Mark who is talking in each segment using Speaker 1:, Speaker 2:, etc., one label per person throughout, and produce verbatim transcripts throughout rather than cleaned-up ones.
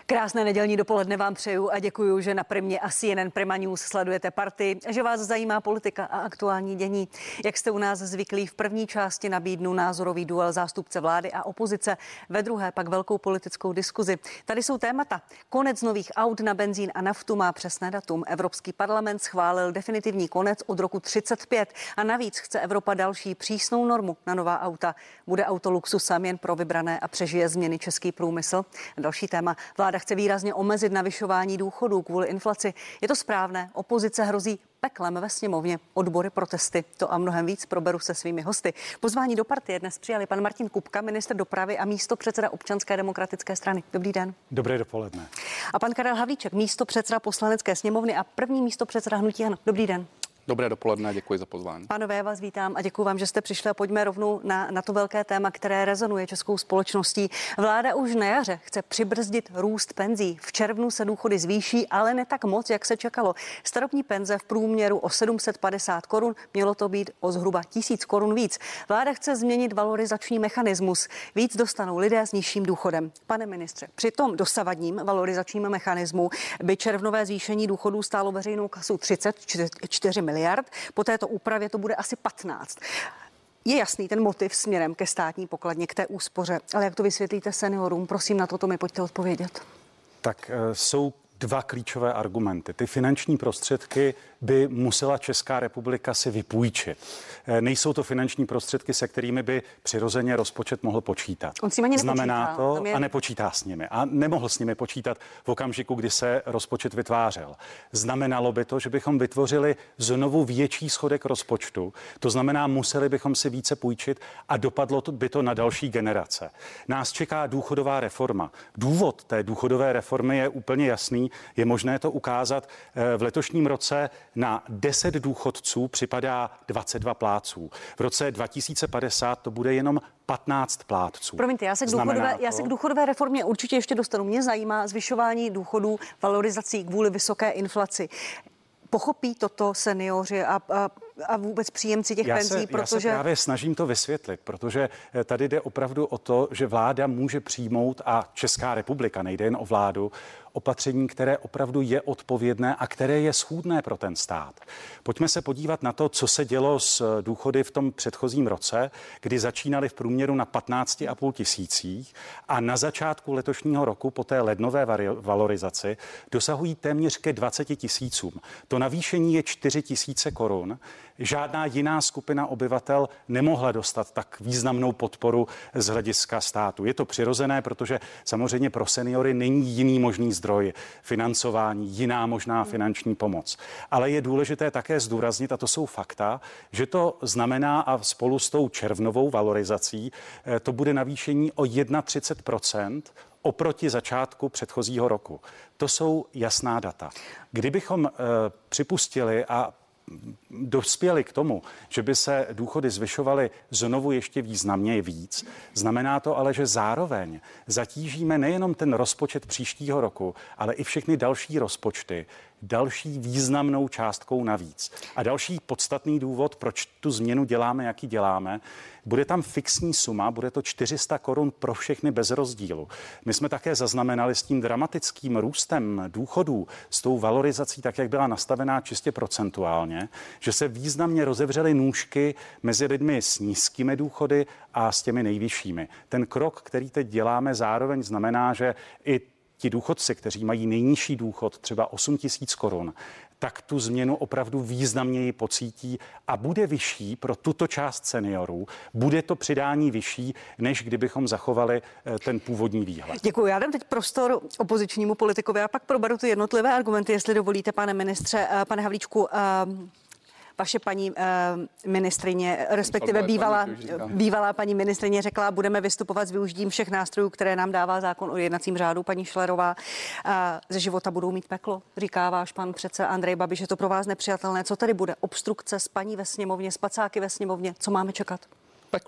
Speaker 1: Krásné nedělní dopoledne vám přeju a děkuji, že na Primě a C N N Prima News sledujete Partii, že vás zajímá politika a aktuální dění. Jak jste u nás zvyklí, v první části nabídnu názorový duel zástupce vlády a opozice, ve druhé pak velkou politickou diskuzi. Tady jsou témata. Konec nových aut na benzín a naftu má přesné datum. Evropský parlament schválil definitivní konec od roku třicet pět a navíc chce Evropa další přísnou normu na nová auta. Bude auto luxusem jen pro vybrané a přežije změny český průmysl. Další téma. Vláda chce výrazně omezit navyšování důchodů kvůli inflaci. Je to správné? Opozice hrozí peklem ve sněmovně, odbory protesty. To a mnohem víc proberu se svými hosty. Pozvání do Partie dnes přijali pan Martin Kupka, ministr dopravy a místopředseda Občanské demokratické strany. Dobrý den.
Speaker 2: Dobré dopoledne.
Speaker 1: A pan Karel Havlíček, místopředseda Poslanecké sněmovny a první místopředseda hnutí ANO. Dobrý den.
Speaker 3: Dobré dopoledne, děkuji za pozvání.
Speaker 1: Pánové, já vás vítám a děkuji vám, že jste přišli a pojďme rovnou na, na to velké téma, které rezonuje českou společností. Vláda už na jaře chce přibrzdit růst penzí. V červnu se důchody zvýší, ale ne tak moc, jak se čekalo. Starobní penze v průměru o sedm set padesát korun, mělo to být o zhruba tisíc korun víc. Vláda chce změnit valorizační mechanismus. Víc dostanou lidé s nižším důchodem. Pane ministře, při tom dosavadním valorizačním mechanismu by červnové zvýšení důchodů stálo veřejnou kasu třicet čtyři miliard. Po této úpravě to bude asi patnáct. Je jasný ten motiv směrem ke státní pokladně, k té úspoře, ale jak to vysvětlíte seniorům? Prosím, na toto mi pojďte odpovědět.
Speaker 2: Tak e, jsou dva klíčové argumenty. Ty finanční prostředky by musela Česká republika si vypůjčit. E, nejsou to finanční prostředky, se kterými by přirozeně rozpočet mohl počítat.
Speaker 1: On s nimi ani
Speaker 2: Znamená
Speaker 1: nepočítá.
Speaker 2: to
Speaker 1: je...
Speaker 2: a nepočítá s nimi. A nemohl s nimi počítat v okamžiku, kdy se rozpočet vytvářel. Znamenalo by to, že bychom vytvořili znovu větší schodek rozpočtu. To znamená, museli bychom si více půjčit a dopadlo by to na další generace. Nás čeká důchodová reforma. Důvod té důchodové reformy je úplně jasný. Je možné to ukázat. V letošním roce na deset důchodců připadá dvacet dva plátců. V roce dva tisíce padesát to bude jenom patnáct plátců.
Speaker 1: Promiňte, já se, k důchodové, to... já se k důchodové reformě určitě ještě dostanu. Mě zajímá zvyšování důchodů, valorizací kvůli vysoké inflaci. Pochopí toto seniori a, a, a vůbec příjemci těch
Speaker 2: já
Speaker 1: penzí,
Speaker 2: se,
Speaker 1: protože...
Speaker 2: Já se právě snažím to vysvětlit, protože tady jde opravdu o to, že vláda může přijmout, a Česká republika, nejde jen o vládu, opatření, které opravdu je odpovědné a které je schůdné pro ten stát. Pojďme se podívat na to, co se dělo s důchody v tom předchozím roce, kdy začínali v průměru na patnáct a půl tisících a na začátku letošního roku po té lednové valorizaci dosahují téměř ke dvaceti tisícům. To navýšení je čtyři tisíce korun. Žádná jiná skupina obyvatel nemohla dostat tak významnou podporu z hlediska státu. Je to přirozené, protože samozřejmě pro seniory není jiný možný zdroj financování, jiná možná finanční pomoc. Ale je důležité také zdůraznit, a to jsou fakta, že to znamená, a spolu s tou červnovou valorizací, to bude navýšení o třicet jedna procent oproti začátku předchozího roku. To jsou jasná data. Kdybychom e, připustili a dospěli k tomu, že by se důchody zvyšovaly znovu ještě významně víc. Znamená to ale, že zároveň zatížíme nejenom ten rozpočet příštího roku, ale i všechny další rozpočty další významnou částkou navíc. A další podstatný důvod, proč tu změnu děláme, jaký děláme, bude tam fixní suma, bude to čtyři sta korun pro všechny bez rozdílu. My jsme také zaznamenali s tím dramatickým růstem důchodů, s tou valorizací, tak jak byla nastavená čistě procentuálně, že se významně rozevřely nůžky mezi lidmi s nízkými důchody a s těmi nejvyššími. Ten krok, který teď děláme, zároveň znamená, že i ti důchodci, kteří mají nejnižší důchod, třeba osm tisíc korun, tak tu změnu opravdu významněji pocítí a bude vyšší pro tuto část seniorů. Bude to přidání vyšší, než kdybychom zachovali ten původní výhled.
Speaker 1: Děkuji. Já dám teď prostor opozičnímu politikovi a pak proberu ty jednotlivé argumenty, jestli dovolíte, pane ministře. Pane Havlíčku, vaše paní uh, ministrině, respektive bývalá, bývalá paní ministrině řekla, budeme vystupovat s využitím všech nástrojů, které nám dává zákon o jednacím řádu. Paní Schillerová, uh, ze života budou mít peklo, říká váš pan předseda Andrej Babiš. Je to pro vás nepřijatelné. Co tady bude? Obstrukce s paní ve sněmovně, spacáky ve sněmovně? Co máme čekat?
Speaker 3: Peklo.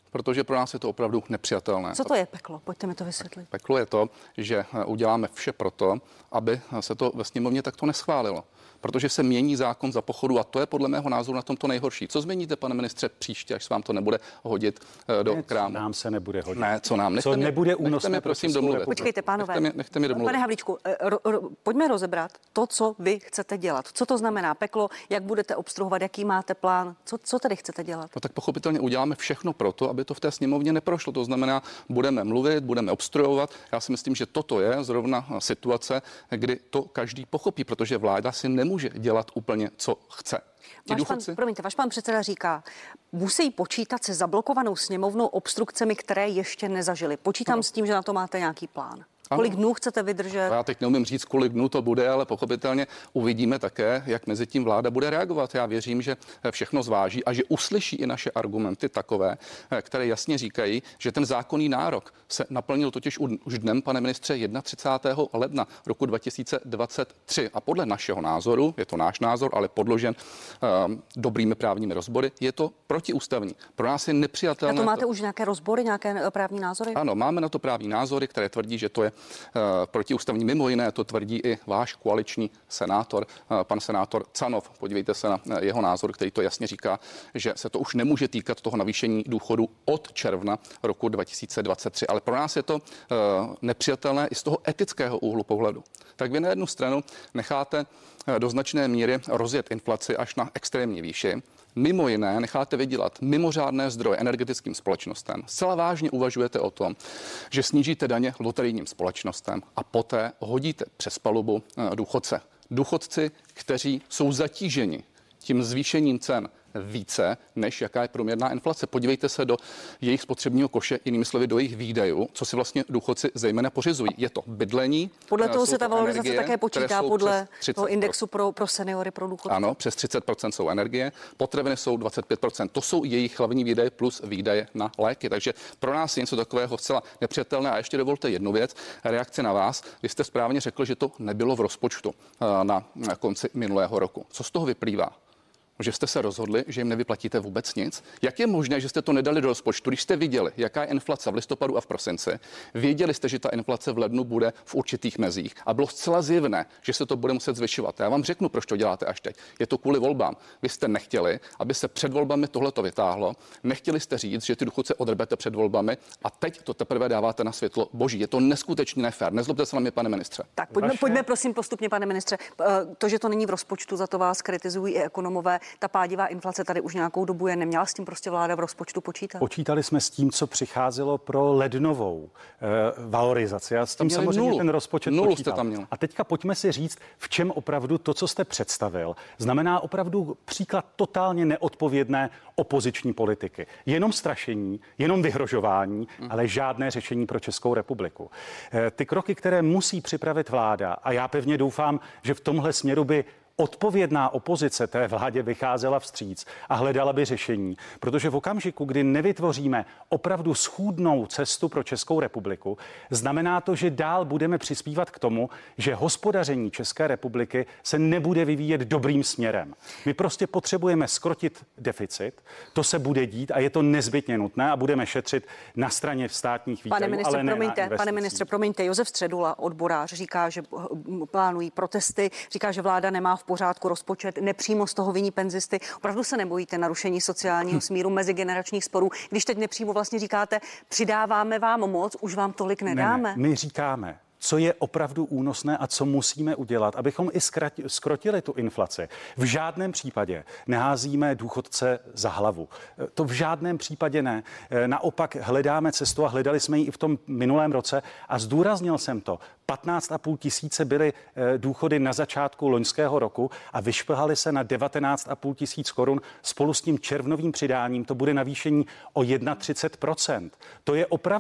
Speaker 3: Protože pro nás je to opravdu nepřijatelné.
Speaker 1: Co to je peklo? Pojďte mi to vysvětlit.
Speaker 3: Peklo je to, že uděláme vše proto, aby se to ve sněmovně takto neschválilo. Protože se mění zákon za pochodu a to je podle mého názoru na tom to nejhorší. Co změníte, pane ministře, příště, až se vám to nebude hodit do
Speaker 2: ne,
Speaker 3: krámu?
Speaker 2: Nám se nebude hodit.
Speaker 3: Ne, co nám?
Speaker 2: Co
Speaker 3: nechte
Speaker 2: nebude
Speaker 3: mě,
Speaker 2: únosné
Speaker 3: nechte mě,
Speaker 2: pro
Speaker 3: prosím,
Speaker 2: Českou
Speaker 3: domluvit.
Speaker 2: republiku.
Speaker 1: Počkejte, pánové.
Speaker 3: Nechte mě, nechte mě domluvit.
Speaker 1: Pane Havlíčku, ro, ro, pojďme rozebrat to, co vy chcete dělat. Co to znamená peklo, jak budete obstruovat, jaký máte plán, co, co tedy chcete dělat?
Speaker 3: No tak pochopitelně uděláme všechno proto, aby to v té sněmovně neprošlo. To znamená, budeme mluvit, budeme obstruovat. Já si myslím, že toto je zrovna situace, kdy to každý pochopí, protože vláda si nemůže dělat úplně, co chce.
Speaker 1: Váš pan, promiňte, váš pan předseda říká, musí počítat se zablokovanou sněmovnou obstrukcemi, které ještě nezažili. Počítám no. s tím, že na to máte nějaký plán. Ano. Kolik dnů chcete vydržet?
Speaker 3: Já teď neumím říct, kolik dnů to bude, ale pochopitelně uvidíme také, jak mezi tím vláda bude reagovat. Já věřím, že všechno zváží a že uslyší i naše argumenty takové, které jasně říkají, že ten zákonný nárok se naplnil totiž už dnem, pane ministře, třicátého prvního ledna roku dva tisíce dvacet tři. A podle našeho názoru, je to náš názor, ale podložen um, dobrými právními rozbory, je to protiústavní. Pro nás je nepřijatelné.
Speaker 1: Na to máte
Speaker 3: to...
Speaker 1: už nějaké rozbory, nějaké právní názory?
Speaker 3: Ano, máme na to právní názory, které tvrdí, že to je protiústavní. Mimo jiné to tvrdí i váš koaliční senátor, pan senátor Canov. Podívejte se na jeho názor, který to jasně říká, že se to už nemůže týkat toho navýšení důchodu od června roku dva tisíce dvacet tři. Ale pro nás je to nepřijatelné i z toho etického úhlu pohledu. Tak vy na jednu stranu necháte do značné míry rozjet inflaci až na extrémní výši. Mimo jiné necháte vydělat mimořádné zdroje energetickým společnostem. Zcela vážně uvažujete o tom, že snížíte daně loterijním společnostem a poté hodíte přes palubu důchodce. Důchodci, kteří jsou zatíženi tím zvýšením cen více, než jaká je průměrná inflace. Podívejte se do jejich spotřebního koše, jinými slovy do jejich výdajů, co si vlastně důchodci zejména pořizují. Je to bydlení.
Speaker 1: Podle toho se ta valorizace
Speaker 3: energie,
Speaker 1: také počítá podle toho indexu pro, pro seniory, pro důchodce.
Speaker 3: Ano, přes třicet procent jsou energie, potraviny jsou dvacet pět procent. To jsou jejich hlavní výdaje plus výdaje na léky. Takže pro nás je něco takového zcela nepřijatelné. A ještě dovolte jednu věc, reakce na vás. Vy jste správně řekl, že to nebylo v rozpočtu na konci minulého roku. Co z toho vyplývá? Že jste se rozhodli, že jim nevyplatíte vůbec nic? Jak je možné, že jste to nedali do rozpočtu, když jste viděli, jaká je inflace v listopadu a v prosinci? Věděli jste, že ta inflace v lednu bude v určitých mezích a bylo zcela zjevné, že se to bude muset zvyšovat. Já vám řeknu, proč to děláte až teď. Je to kvůli volbám. Vy jste nechtěli, aby se před volbami tohleto vytáhlo. Nechtěli jste říct, že ty důchodce odrbete před volbami a teď to teprve dáváte na světlo boží. Je to neskutečně nefér. Nezlobte se na mě, pane ministře.
Speaker 1: Tak pojďme, pojďme prosím postupně, pane ministře. To, že to není v rozpočtu, za to vás kritizují i ekonomové. Ta pádivá inflace tady už nějakou dobu je, neměla s tím prostě vláda v rozpočtu počítat?
Speaker 2: Počítali jsme s tím, co přicházelo pro lednovou e, valorizaci. A s tím samozřejmě nulu. ten rozpočet
Speaker 3: nulu
Speaker 2: počítal.
Speaker 3: Jste tam měl.
Speaker 2: A teďka pojďme si říct, v čem opravdu to, co jste představil, znamená opravdu příklad totálně neodpovědné opoziční politiky. Jenom strašení, jenom vyhrožování, hmm. ale žádné řešení pro Českou republiku. E, ty kroky, které musí připravit vláda, a já pevně doufám, že v tomhle směru by odpovědná opozice té vládě vycházela vstříc a hledala by řešení, protože v okamžiku, kdy nevytvoříme opravdu schůdnou cestu pro Českou republiku, znamená to, že dál budeme přispívat k tomu, že hospodaření České republiky se nebude vyvíjet dobrým směrem. My prostě potřebujeme zkrotit deficit, to se bude dít a je to nezbytně nutné a budeme šetřit na straně státních výdajů,
Speaker 1: pane ministře,
Speaker 2: ale ne
Speaker 1: promiňte,
Speaker 2: na investicích.
Speaker 1: Pane ministře, promiňte, Josef Středula, odborář, říká, že plánují protesty, říká, že vláda nemá v pořádku rozpočet, nepřímo z toho viní penzisty. Opravdu se nebojíte narušení sociálního smíru, mezigeneračních sporů, když teď nepřímo vlastně říkáte, přidáváme vám moc, už vám tolik nedáme?
Speaker 2: Ne, ne, my říkáme, co je opravdu únosné a co musíme udělat, abychom i zkrati, zkrotili tu inflaci. V žádném případě neházíme důchodce za hlavu. To v žádném případě ne. Naopak hledáme cestu a hledali jsme ji i v tom minulém roce a zdůraznil jsem to. patnáct a půl tisíce byly důchody na začátku loňského roku a vyšplhaly se na devatenáct a půl tisíc korun. Spolu s tím červnovým přidáním to bude navýšení o třicet jedna procent. To je opravdu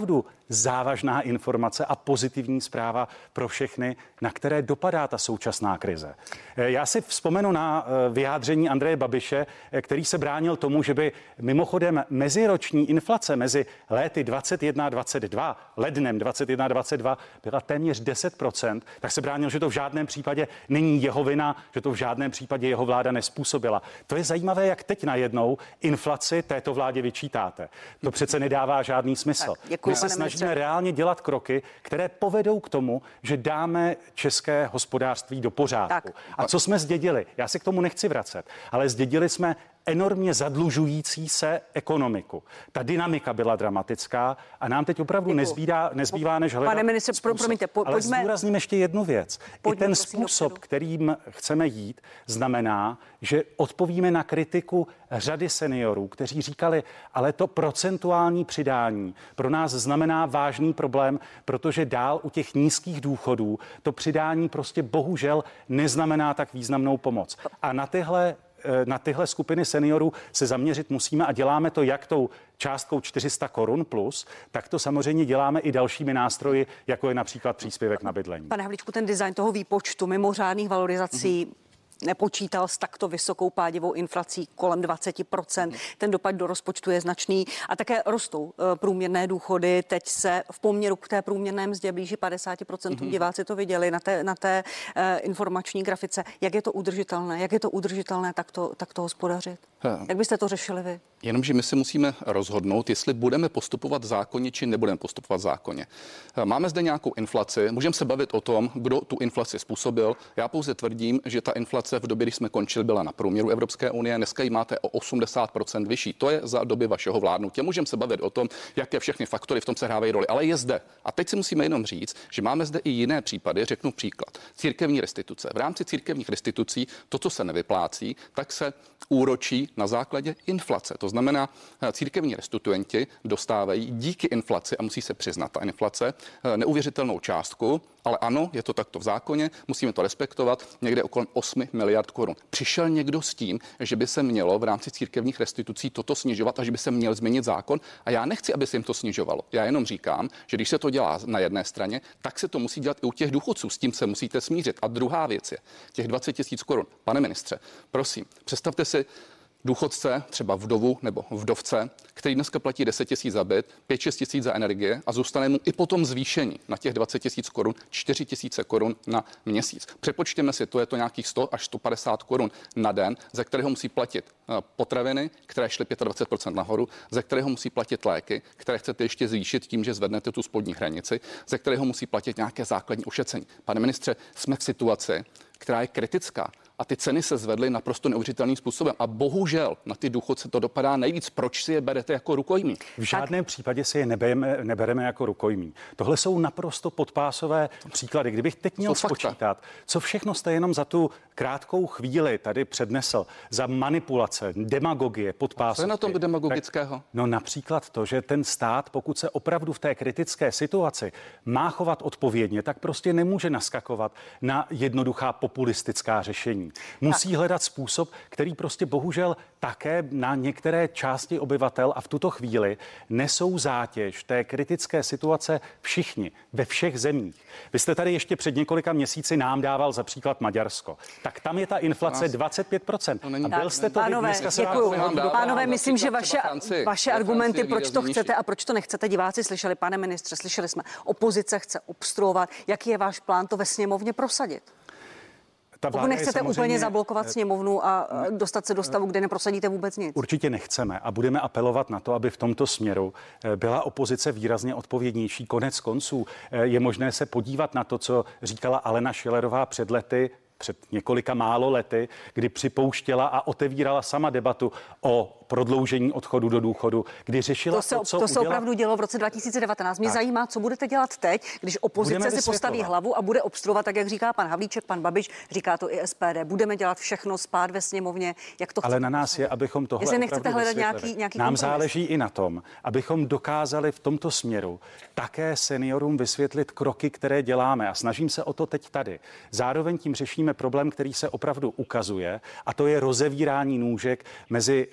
Speaker 2: závažná informace a pozitivní zpráva pro všechny, na které dopadá ta současná krize. Já si vzpomenu na vyjádření Andreje Babiše, který se bránil tomu, že by mimochodem meziroční inflace mezi léty dvacet jedna a dvacet dva, lednem dvacet jedna a dvacet dva byla téměř deset procent, tak se bránil, že to v žádném případě není jeho vina, že to v žádném případě jeho vláda nespůsobila. To je zajímavé, jak teď najednou inflaci této vládě vyčítáte. To přece nedává žádný smysl.
Speaker 1: Tak, děkuji,
Speaker 2: My se snažíme reálně dělat kroky, které povedou k tomu, že dáme české hospodářství do pořádku. Tak. A co jsme zdědili? Já se k tomu nechci vracet, ale zdědili jsme enormně zadlužující se ekonomiku. Ta dynamika byla dramatická a nám teď opravdu nezbývá, nezbývá než hledat.
Speaker 1: Pane ministře, pro, promiňte, po,
Speaker 2: ale
Speaker 1: pojďme.
Speaker 2: zdůrazním ještě jednu věc.
Speaker 1: Pojďme,
Speaker 2: I ten
Speaker 1: prosím,
Speaker 2: způsob,
Speaker 1: dopředu.
Speaker 2: kterým chceme jít, znamená, že odpovíme na kritiku řady seniorů, kteří říkali, ale to procentuální přidání pro nás znamená vážný problém, protože dál u těch nízkých důchodů to přidání prostě bohužel neznamená tak významnou pomoc. A na tyhle na tyhle skupiny seniorů se zaměřit musíme a děláme to jak tou částkou čtyři sta korun plus, tak to samozřejmě děláme i dalšími nástroji, jako je například příspěvek na bydlení.
Speaker 1: Pane Havlíčku, ten design toho výpočtu mimořádných valorizací mm-hmm. nepočítal s takto vysokou pádivou inflací kolem dvacet procent. Ten dopad do rozpočtu je značný a také rostou průměrné důchody. Teď se v poměru k té průměrné mzdě blíží padesát procent. Mm-hmm. Diváci to viděli na té, na té uh, informační grafice. Jak je to udržitelné? Jak je to udržitelné takto, takto hospodařit? Hmm. Jak byste to řešili vy?
Speaker 3: Jenomže my se musíme rozhodnout, jestli budeme postupovat zákonně, či nebudeme postupovat zákonně. Máme zde nějakou inflaci, můžeme se bavit o tom, kdo tu inflaci způsobil. Já pouze tvrdím, že ta inflace v době, kdy jsme končili, byla na průměru Evropské unie, dneska ji máte o osmdesát procent vyšší. To je za doby vašeho vládnutí. Můžeme se bavit o tom, jaké všechny faktory v tom se hrávají roli, ale je zde. A teď si musíme jenom říct, že máme zde i jiné případy, řeknu příklad. Církevní restituce. V rámci církevních restitucí to, co se nevyplácí, tak se úročí na základě inflace. To znamená, církevní restituenti dostávají díky inflaci, a musí se přiznat ta inflace, neuvěřitelnou částku, ale ano, je to takto v zákoně, musíme to respektovat, někde okolo osm miliard korun. Přišel někdo s tím, že by se mělo v rámci církevních restitucí toto snižovat a že by se měl změnit zákon, a já nechci, aby se jim to snižovalo. Já jenom říkám, že když se to dělá na jedné straně, tak se to musí dělat i u těch důchodců, s tím se musíte smířit. A druhá věc je těch dvacet tisíc korun. Pane ministře, prosím, představte si důchodce, třeba vdovu nebo vdovce, který dneska platí deset tisíc za byt, pět šest tisíc za energie a zůstane mu i potom zvýšení na těch dvacet tisíc korun, čtyři tisíce korun na měsíc. Přepočtěme si, to je to nějakých sto až sto padesát korun na den, ze kterého musí platit potraviny, které šly dvacet pět procent nahoru, ze kterého musí platit léky, které chcete ještě zvýšit tím, že zvednete tu spodní hranici, ze kterého musí platit nějaké základní ošetření. Pane ministře, jsme v situaci, která je kritická. A ty ceny se zvedly naprosto neuvěřitelným způsobem. A bohužel na ty důchodce to dopadá nejvíc. Proč si je berete jako rukojmí?
Speaker 2: V žádném tak případě si je nebereme, nebereme jako rukojmí. Tohle jsou naprosto podpásové příklady. Kdybych teď měl spočítat, co všechno jste jenom za tu krátkou chvíli tady přednesl, za manipulace, demagogie, podpásovky.
Speaker 3: Co je na tom demagogického?
Speaker 2: Tak, no například to, že ten stát, pokud se opravdu v té kritické situaci má chovat odpovědně, tak prostě nemůže naskakovat na jednoduchá populistická řešení. Musí tak hledat způsob, který prostě bohužel také na některé části obyvatel a v tuto chvíli nesou zátěž té kritické situace všichni, ve všech zemích. Vy jste tady ještě před několika měsíci nám dával za příklad Maďarsko. Tak tam je ta inflace dvacet pět procent. A byl jste to vy, dneska se
Speaker 1: děkuju.
Speaker 2: vám
Speaker 1: Pánové, myslím, že vaše, vaše argumenty, proč to chcete a proč to nechcete, diváci slyšeli. Pane ministře, slyšeli jsme, opozice chce obstruovat. Jaký je váš plán to ve sněmovně prosadit? Pokud nechcete úplně zablokovat sněmovnu a dostat se do stavu, kde neprosadíte vůbec nic.
Speaker 2: Určitě nechceme a budeme apelovat na to, aby v tomto směru byla opozice výrazně odpovědnější. Konec konců je možné se podívat na to, co říkala Alena Schillerová před lety, před několika málo lety, kdy připouštěla a otevírala sama debatu o prodloužení odchodu do důchodu, kdy řešila
Speaker 1: to, se,
Speaker 2: to, co
Speaker 1: to se
Speaker 2: udělat...
Speaker 1: opravdu dělo v roce dva tisíce devatenáct. Mě tak zajímá, co budete dělat teď, když opozice si postaví hlavu a bude obstruovat, tak jak říká pan Havlíček, pan Babiš, říká to i S P D. Budeme dělat všechno, spát ve sněmovně, jak to chcete.
Speaker 2: Ale na nás je, abychom tohle
Speaker 1: Jestli nechcete hledat nějaký, nějaký
Speaker 2: Nám
Speaker 1: kompromis.
Speaker 2: záleží i na tom, abychom dokázali v tomto směru také seniorům vysvětlit kroky, které děláme, a snažím se o to teď tady. Zároveň tím řešíme problém, který se opravdu ukazuje, a to je rozevírání nůžek mezi seniorem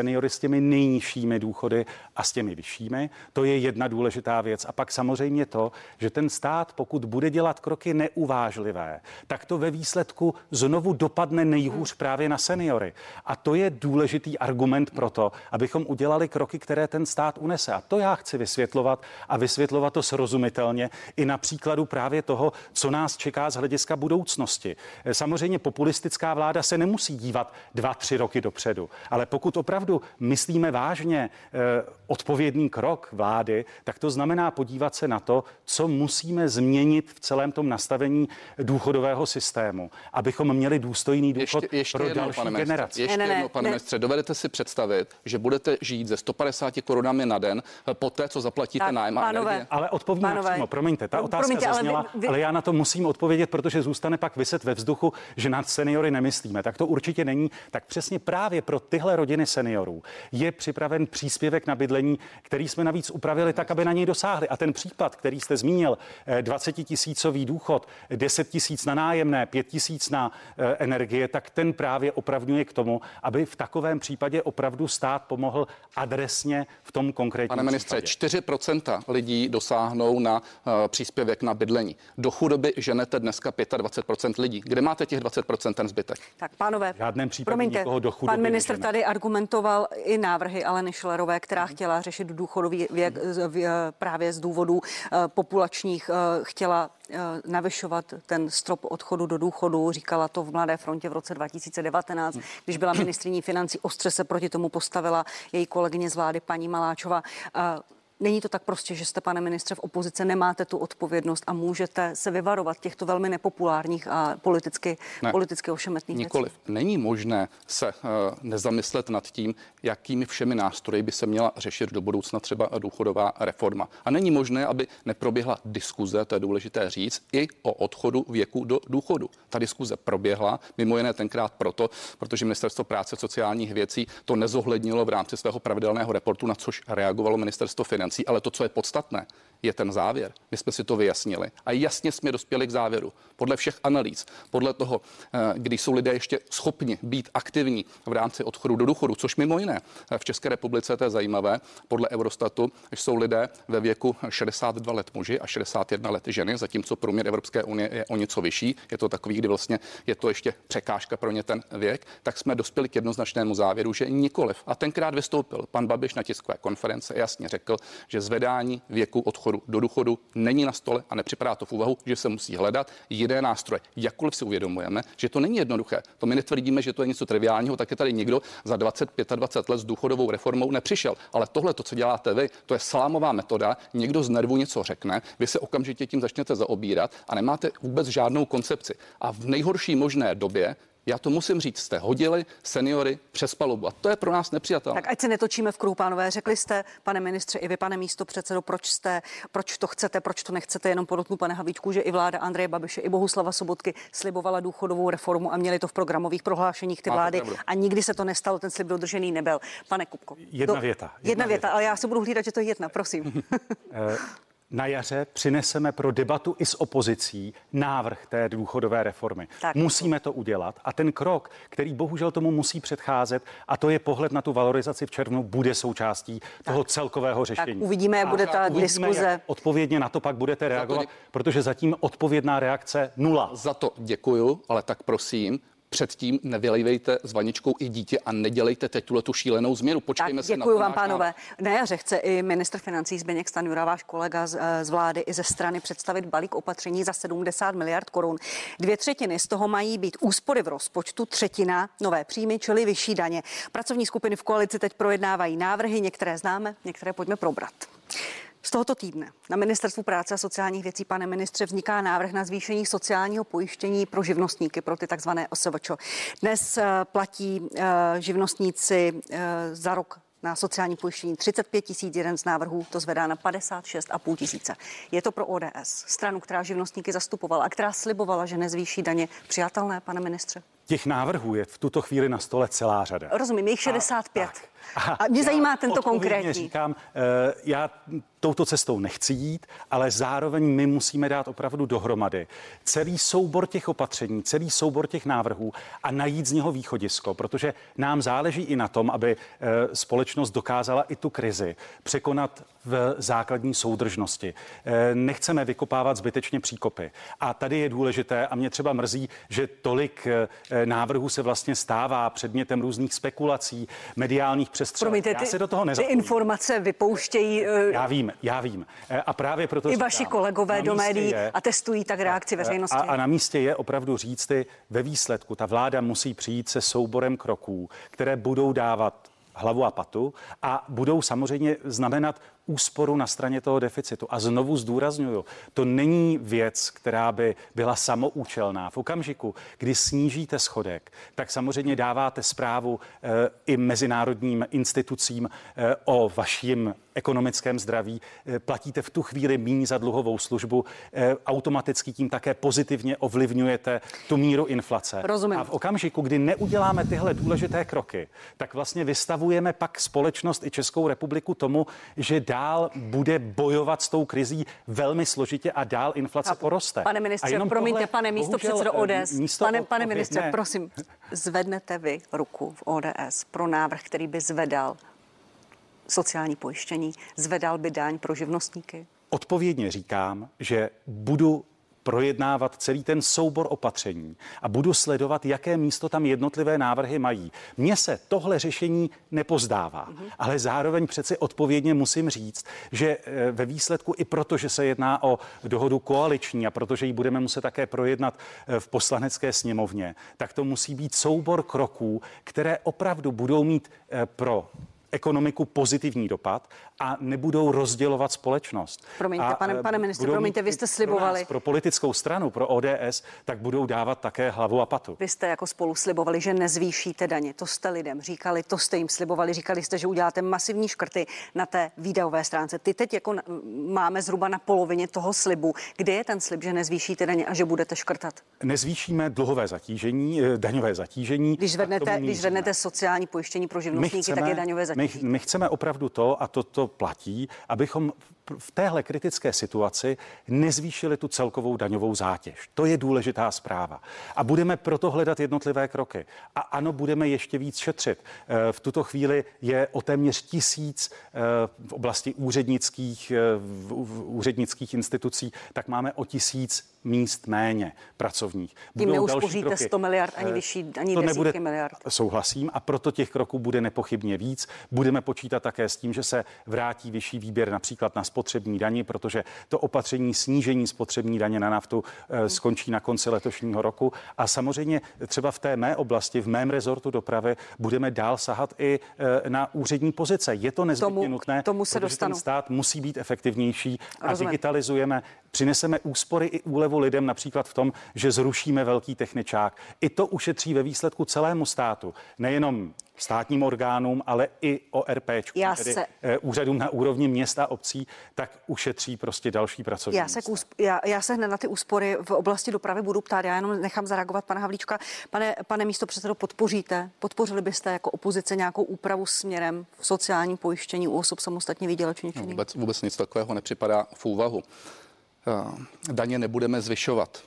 Speaker 2: seniory s těmi nejnižšími důchody a s těmi vyššími. To je jedna důležitá věc. A pak samozřejmě to, že ten stát, pokud bude dělat kroky neuvážlivé, tak to ve výsledku znovu dopadne nejhůř právě na seniory. A to je důležitý argument pro to, abychom udělali kroky, které ten stát unese. A to já chci vysvětlovat a vysvětlovat to srozumitelně i na příkladu právě toho, co nás čeká z hlediska budoucnosti. Samozřejmě populistická vláda se nemusí dívat dva, tři roky dopředu, ale pokud opravdu myslíme vážně eh, odpovědný krok vlády, tak to znamená podívat se na to, co musíme změnit v celém tom nastavení důchodového systému, abychom měli důstojný důchod
Speaker 3: ještě, ještě
Speaker 2: pro
Speaker 3: jednou,
Speaker 2: další
Speaker 3: pane
Speaker 2: generace.
Speaker 3: Ještě
Speaker 1: ne, ne,
Speaker 3: jednou, pane
Speaker 1: ne.
Speaker 3: ministře, dovedete si představit, že budete žít ze sto padesáti korunami na den po té, co zaplatíte
Speaker 1: Tak,
Speaker 3: nájem a
Speaker 1: pánové,
Speaker 3: energie?
Speaker 2: Ale odpovím
Speaker 1: Pánové,
Speaker 2: přímo, promiňte, ta
Speaker 1: no,
Speaker 2: otázka
Speaker 1: promiňte, ale
Speaker 2: zazněla,
Speaker 1: vy-
Speaker 2: ale,
Speaker 1: vy-
Speaker 2: ale já na to musím odpovědět, protože zůstane pak viset ve vzduchu, že na seniory nemyslíme. Tak to určitě není. Tak přesně právě pro tyhle rodiny seniorů je připraven příspěvek na bydlení, který jsme navíc upravili tak, aby na něj dosáhli. A ten případ, který jste zmínil, dvacetitisícový důchod, deset tisíc na nájemné, pět tisíc na eh, energie, tak ten právě opravňuje k tomu, aby v takovém případě opravdu stát pomohl adresně v tom konkrétním
Speaker 3: Pane ministře,
Speaker 2: případě.
Speaker 3: čtyři procenta lidí dosáhnou na uh, příspěvek na bydlení. Do chudoby ženete dneska dvacet pět procent lidí. Kde máte těch dvacet procent ten zbytek?
Speaker 1: Tak, pánové,
Speaker 2: V žádném případě
Speaker 1: promiňte,
Speaker 2: nikoho do chudoby
Speaker 1: pan ministr
Speaker 2: nežene.
Speaker 1: tady argumentoval i návrhy Aleny Schillerové, která chtěla řešit důchodový věk z- v- právě z důvodů eh, populačních, eh, chtěla eh, navyšovat ten strop odchodu do důchodu. Říkala to v Mladé frontě v roce dva tisíce devatenáct, když byla ministryní financí, ostře se proti tomu postavila její kolegyně z vlády paní Maláčová. Eh, Není to tak prostě, že jste, pane ministře, v opozici, nemáte tu odpovědnost a můžete se vyvarovat těchto velmi nepopulárních a politicky,
Speaker 3: Ne.
Speaker 1: politicky ošemetných věcí?
Speaker 3: Nikoliv. Není možné se uh, nezamyslet nad tím, jakými všemi nástroji by se měla řešit do budoucna třeba důchodová reforma. A není možné, aby neproběhla diskuze, to je důležité říct, i o odchodu věku do důchodu. Ta diskuze proběhla, mimo jiné tenkrát proto, protože Ministerstvo práce a sociálních věcí to nezohlednilo v rámci svého pravidelného reportu, na což reagovalo Ministerstvo financí. Ale to, co je podstatné, je ten závěr. My jsme si to vyjasnili a jasně jsme dospěli k závěru. Podle všech analýz, podle toho, kdy jsou lidé ještě schopni být aktivní v rámci odchodu do důchodu, což mimo jiné v České republice, to je zajímavé, podle Eurostatu jsou lidé ve věku šedesát dva let muži a šedesát jedna let ženy, zatímco průměr Evropské unie je o něco vyšší. Je to takový, kdy vlastně je to ještě překážka pro ně ten věk, tak jsme dospěli k jednoznačnému závěru, že nikoliv. A tenkrát vystoupil pan Babiš na tiskové konference, jasně řekl, že zvedání věku odchodu do důchodu není na stole a nepřipadá to v úvahu, že se musí hledat jiné nástroje. Jakkoliv si uvědomujeme, že to není jednoduché. To my netvrdíme, že to je něco triviálního, tak je tady někdo za dvacet, dvacet pět let s důchodovou reformou nepřišel. Ale tohle, to, co děláte vy, to je salámová metoda. Někdo z nervu něco řekne, vy se okamžitě tím začnete zaobírat a nemáte vůbec žádnou koncepci. A v nejhorší možné době, já to musím říct, jste hodili seniory přes palubu. A to je pro nás nepřijatelné.
Speaker 1: Tak ať se netočíme v kruhu, pánové. Řekli jste, pane ministře, i vy, pane místopředsedo, proč jste, proč to chcete, proč to nechcete, jenom podotknu, pane Havlíčku, že i vláda Andreje Babiše, i Bohuslava Sobotky slibovala důchodovou reformu a měli to v programových prohlášeních ty
Speaker 3: Máte
Speaker 1: vlády
Speaker 3: pravdu.
Speaker 1: a nikdy se to nestalo, ten slib dodržený nebyl. Pane Kupko.
Speaker 2: Jedna věta,
Speaker 1: Jedna,
Speaker 2: jedna
Speaker 1: věta,
Speaker 2: věta.
Speaker 1: ale já se budu hlídat, že to je jedna, prosím.
Speaker 2: Na jaře přineseme pro debatu i s opozicí návrh té důchodové reformy.
Speaker 1: Tak.
Speaker 2: Musíme to udělat a ten krok, který bohužel tomu musí předcházet, a to je pohled na tu valorizaci v červnu, bude součástí toho celkového řešení.
Speaker 1: uvidíme, jak
Speaker 2: A
Speaker 1: bude ta
Speaker 2: uvidíme,
Speaker 1: diskuze.
Speaker 2: jak odpovědně na to pak budete reagovat,
Speaker 3: děk-
Speaker 2: protože zatím odpovědná reakce nula.
Speaker 3: Za to děkuju, ale tak prosím, předtím nevylejvejte s vaničkou i dítě a nedělejte teď tuhle tu šílenou změnu. Počkejme
Speaker 1: Tak
Speaker 3: se na
Speaker 1: děkuji
Speaker 3: ten
Speaker 1: vám,
Speaker 3: náš
Speaker 1: pánové.
Speaker 3: návrh.
Speaker 1: Na jaře chce i ministr financí Zbyněk Stanjura, váš kolega z, z vlády i ze strany, představit balík opatření za sedmdesát miliard korun. Dvě třetiny z toho mají být úspory v rozpočtu, třetina nové příjmy, čili vyšší daně. Pracovní skupiny v koalici teď projednávají návrhy, některé známe, některé pojďme probrat. Z tohoto týdne na Ministerstvu práce a sociálních věcí, pane ministře, vzniká návrh na zvýšení sociálního pojištění pro živnostníky, pro ty takzvané O S V Č. Dnes eh, platí eh, živnostníci eh, za rok na sociální pojištění třicet pět tisíc, jeden z návrhů to zvedá na padesát šest a půl tisíce. Je to pro O D S, stranu, která živnostníky zastupovala a která slibovala, že nezvýší daně, přijatelné, pane ministře?
Speaker 2: Těch návrhů je v tuto chvíli na stole celá řada.
Speaker 1: Rozumím, je jich šedesát pět.
Speaker 2: Tak.
Speaker 1: A mě zajímá tento konkrétní.
Speaker 2: Říkám, já touto cestou nechci jít, ale zároveň my musíme dát opravdu dohromady celý soubor těch opatření, celý soubor těch návrhů a najít z něho východisko, protože nám záleží i na tom, aby společnost dokázala i tu krizi překonat v základní soudržnosti. Nechceme vykopávat zbytečně příkopy. A tady je důležité, a mě třeba mrzí, že tolik návrhů se vlastně stává předmětem různých spekulací, mediálních přestřelek.
Speaker 1: Promiňte,
Speaker 2: Já
Speaker 1: ty,
Speaker 2: se do toho
Speaker 1: ty
Speaker 2: nezapojím.
Speaker 1: informace vypouštějí
Speaker 2: Já vím, já vím. A právě proto
Speaker 1: i
Speaker 2: říkám,
Speaker 1: vaši kolegové do médií
Speaker 2: je,
Speaker 1: a testují tak reakci veřejnosti.
Speaker 2: A, a na místě je opravdu říct, ty ve výsledku ta vláda musí přijít se souborem kroků, které budou dávat hlavu a patu a budou samozřejmě znamenat úsporu na straně toho deficitu. A znovu zdůrazňuju, to není věc, která by byla samoučelná. V okamžiku, kdy snížíte schodek, tak samozřejmě dáváte zprávu e, i mezinárodním institucím e, o vaším ekonomickém zdraví. E, platíte v tu chvíli míň za dluhovou službu. E, automaticky tím také pozitivně ovlivňujete tu míru inflace.
Speaker 1: Rozumím.
Speaker 2: A v okamžiku, kdy neuděláme tyhle důležité kroky, tak vlastně vystavujeme pak společnost i Českou republiku tomu, že dál bude bojovat s tou krizí velmi složitě a dál inflace
Speaker 1: Chápu.
Speaker 2: poroste.
Speaker 1: Pane ministře, promiňte, pane místopředsedo O D S, pane, pane ministře, ne. prosím, zvednete vy ruku v O D S pro návrh, který by zvedal sociální pojištění, zvedal by daň pro živnostníky?
Speaker 2: Odpovědně říkám, že budu projednávat celý ten soubor opatření a budu sledovat, jaké místo tam jednotlivé návrhy mají. Mně se tohle řešení nepozdává, mm-hmm. ale zároveň přeci odpovědně musím říct, že ve výsledku i proto, že se jedná o dohodu koaliční a protože ji budeme muset také projednat v Poslanecké sněmovně, tak to musí být soubor kroků, které opravdu budou mít pro ekonomiku pozitivní dopad a nebudou rozdělovat společnost.
Speaker 1: Promiňte,
Speaker 2: a
Speaker 1: pane, pane ministře, promiňte, vy jste slibovali.
Speaker 2: Pro, nás, pro politickou stranu, pro O D S, tak budou dávat také hlavu a patu.
Speaker 1: Vy jste jako spolu slibovali, že nezvýšíte daně. To jste lidem říkali, to jste jim slibovali. Říkali jste, že uděláte masivní škrty na té výdajové stránce. Ty teď jako máme zhruba na polovině toho slibu. Kde je ten slib, že nezvýšíte daně a že budete škrtat?
Speaker 2: Nezvýšíme dluhové zatížení, daňové zatížení.
Speaker 1: Když vednete, když vednete sociální pojištění pro živnostníky, chceme, tak je daňové zatížení.
Speaker 2: My, my chceme opravdu to, a to, to platí, abychom v téhle kritické situaci nezvýšili tu celkovou daňovou zátěž. To je důležitá zpráva. A budeme proto hledat jednotlivé kroky. A ano, budeme ještě víc šetřit. V tuto chvíli je o téměř tisíc v oblasti úřednických, v úřednických institucí, tak máme o tisíc míst méně pracovních.
Speaker 1: Tím neuspoříte sto miliard ani vyšší, ani desítky miliard.
Speaker 2: Souhlasím a proto těch kroků bude nepochybně víc. Budeme počítat také s tím, že se vrátí vyšší výběr například na spotřební dani, protože to opatření snížení spotřební daně na naftu e, skončí na konci letošního roku. A samozřejmě třeba v té mé oblasti, v mém rezortu dopravy, budeme dál sahat i e, na úřední pozice. Je to nezbytně tomu, nutné,
Speaker 1: tomu se
Speaker 2: protože
Speaker 1: dostanu.
Speaker 2: ten stát musí být efektivnější a
Speaker 1: Rozumím.
Speaker 2: digitalizujeme, přineseme úspory i úlevu lidem například v tom, že zrušíme velký techničák. I to ušetří ve výsledku celému státu, nejenom státním orgánům, ale i ORPčkům, tedy se... úřadům na úrovni měst a obcí, tak ušetří prostě další pracovní
Speaker 1: já se, úsp... já, já se hned na ty úspory v oblasti dopravy budu ptát. Já jenom nechám zareagovat pana Havlíčka. Pane, pane místopředsedo, podpoříte, podpořili byste jako opozice nějakou úpravu směrem v sociálním pojištění u osob samostatně výdělečně činných?
Speaker 3: No, vůbec, vůbec nic takového nepřipadá v úvahu. Daně nebudeme zvyšovat,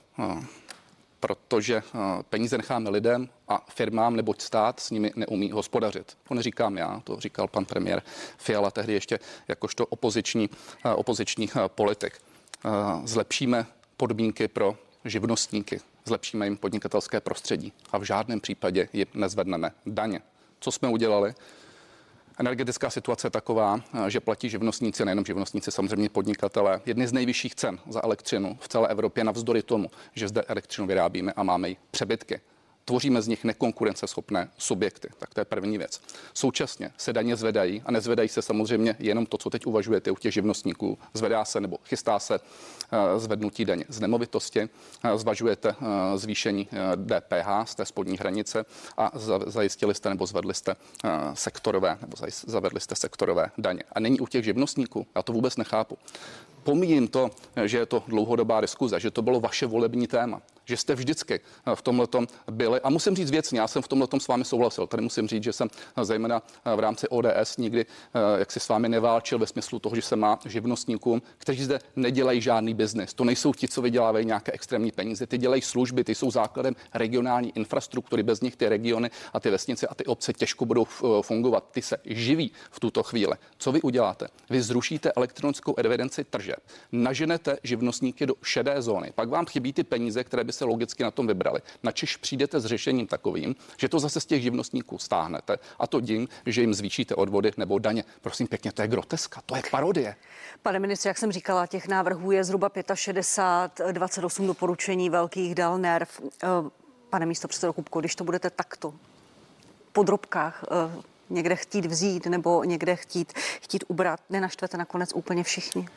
Speaker 3: protože peníze necháme lidem a firmám, neboť stát s nimi neumí hospodařit. To neříkám já, to říkal pan premiér Fiala tehdy ještě jakožto opoziční, opoziční politik. Zlepšíme podmínky pro živnostníky, zlepšíme jim podnikatelské prostředí a v žádném případě jim nezvedneme daně. Co jsme udělali? Energetická situace je taková, že platí živnostníci, nejenom živnostníci, samozřejmě podnikatelé, jedny z nejvyšších cen za elektřinu v celé Evropě navzdory tomu, že zde elektřinu vyrábíme a máme jí přebytky. Tvoříme z nich nekonkurenceschopné subjekty. Tak to je první věc. Současně se daně zvedají a nezvedají se samozřejmě jenom to, co teď uvažujete u těch živnostníků. Zvedá se nebo chystá se zvednutí daně z nemovitosti, zvažujete zvýšení D P H z té spodní hranice a zajistili jste nebo zvedli jste sektorové nebo zavedli jste sektorové daně. A není u těch živnostníků, já to vůbec nechápu. Pomíjím to, že je to dlouhodobá diskuze, že to bylo vaše volební téma, že jste vždycky v tomhletom byli. A musím říct věcně, já jsem v tomhletom s vámi souhlasil. Tady musím říct, že jsem zejména v rámci O D S nikdy jak si s vámi neválčil ve smyslu toho, že se má živnostníkům, kteří zde nedělají žádný biznis. To nejsou ti, co vydělávají nějaké extrémní peníze, ty dělají služby, ty jsou základem regionální infrastruktury, bez nich ty regiony a ty vesnice a ty obce těžko budou fungovat. Ty se živí v tuto chvíli. Co vy uděláte? Vy zrušíte elektronickou evidenci tržeb, naženete živnostníky do šedé zóny, pak vám chybí ty peníze, které by se logicky na tom vybrali. Načež přijdete s řešením takovým, že to zase z těch živnostníků stáhnete a to tím, že jim zvýšíte odvody nebo daně. Prosím pěkně, to je groteska, to je parodie.
Speaker 1: Pane ministře, jak jsem říkala, těch návrhů je zhruba šedesát pět, dvacet osm doporučení velkých dal nerv. Pane místopředsedo Kupko, když to budete takto po drobkách někde chtít vzít nebo někde chtít, chtít ubrat, nenaštvete nakonec úplně všichni?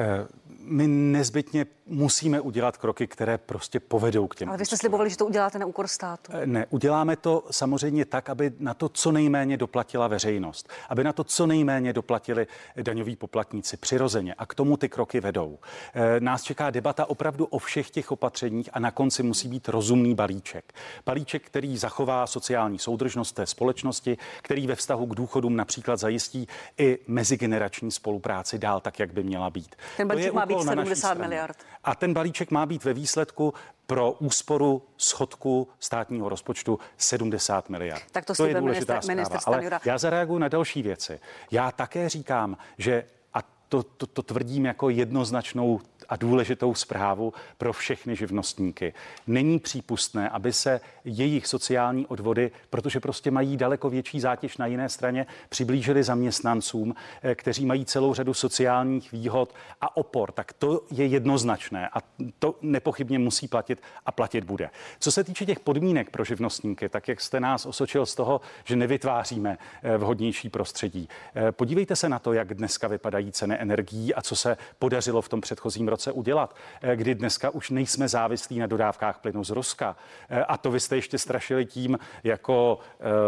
Speaker 2: My nezbytně musíme udělat kroky, které prostě povedou k těm.
Speaker 1: Ale vy jste slibovali, že to uděláte na úkor státu.
Speaker 2: Ne, uděláme to samozřejmě tak, aby na to co nejméně doplatila veřejnost, aby na to co nejméně doplatili daňoví poplatníci přirozeně a k tomu ty kroky vedou. Nás čeká debata opravdu o všech těch opatřeních a na konci musí být rozumný balíček. Balíček, který zachová sociální soudržnost té společnosti, který ve vztahu k důchodům například zajistí i mezigenerační spolupráci dál tak, jak by měla být.
Speaker 1: Ten balíček má být sedmdesát miliard.
Speaker 2: A ten balíček má být ve výsledku pro úsporu schodku státního rozpočtu sedmdesát miliard.
Speaker 1: Tak to,
Speaker 2: to je
Speaker 1: minister,
Speaker 2: důležitá
Speaker 1: minister
Speaker 2: zpráva.
Speaker 1: Stanjura.
Speaker 2: Ale já zareaguju na další věci. Já také říkám, že a to, to, to tvrdím jako jednoznačnou a důležitou zprávu pro všechny živnostníky. Není přípustné, aby se jejich sociální odvody, protože prostě mají daleko větší zátěž na jiné straně, přiblížili zaměstnancům, kteří mají celou řadu sociálních výhod a opor. Tak to je jednoznačné a to nepochybně musí platit a platit bude. Co se týče těch podmínek pro živnostníky, tak jak jste nás osočil z toho, že nevytváříme vhodnější prostředí. Podívejte se na to, jak dneska vypadají ceny energií a co se podařilo v tom předchozím roce udělat, kdy dneska už nejsme závislí na dodávkách plynu z Ruska. A to vy jste ještě strašili tím, jako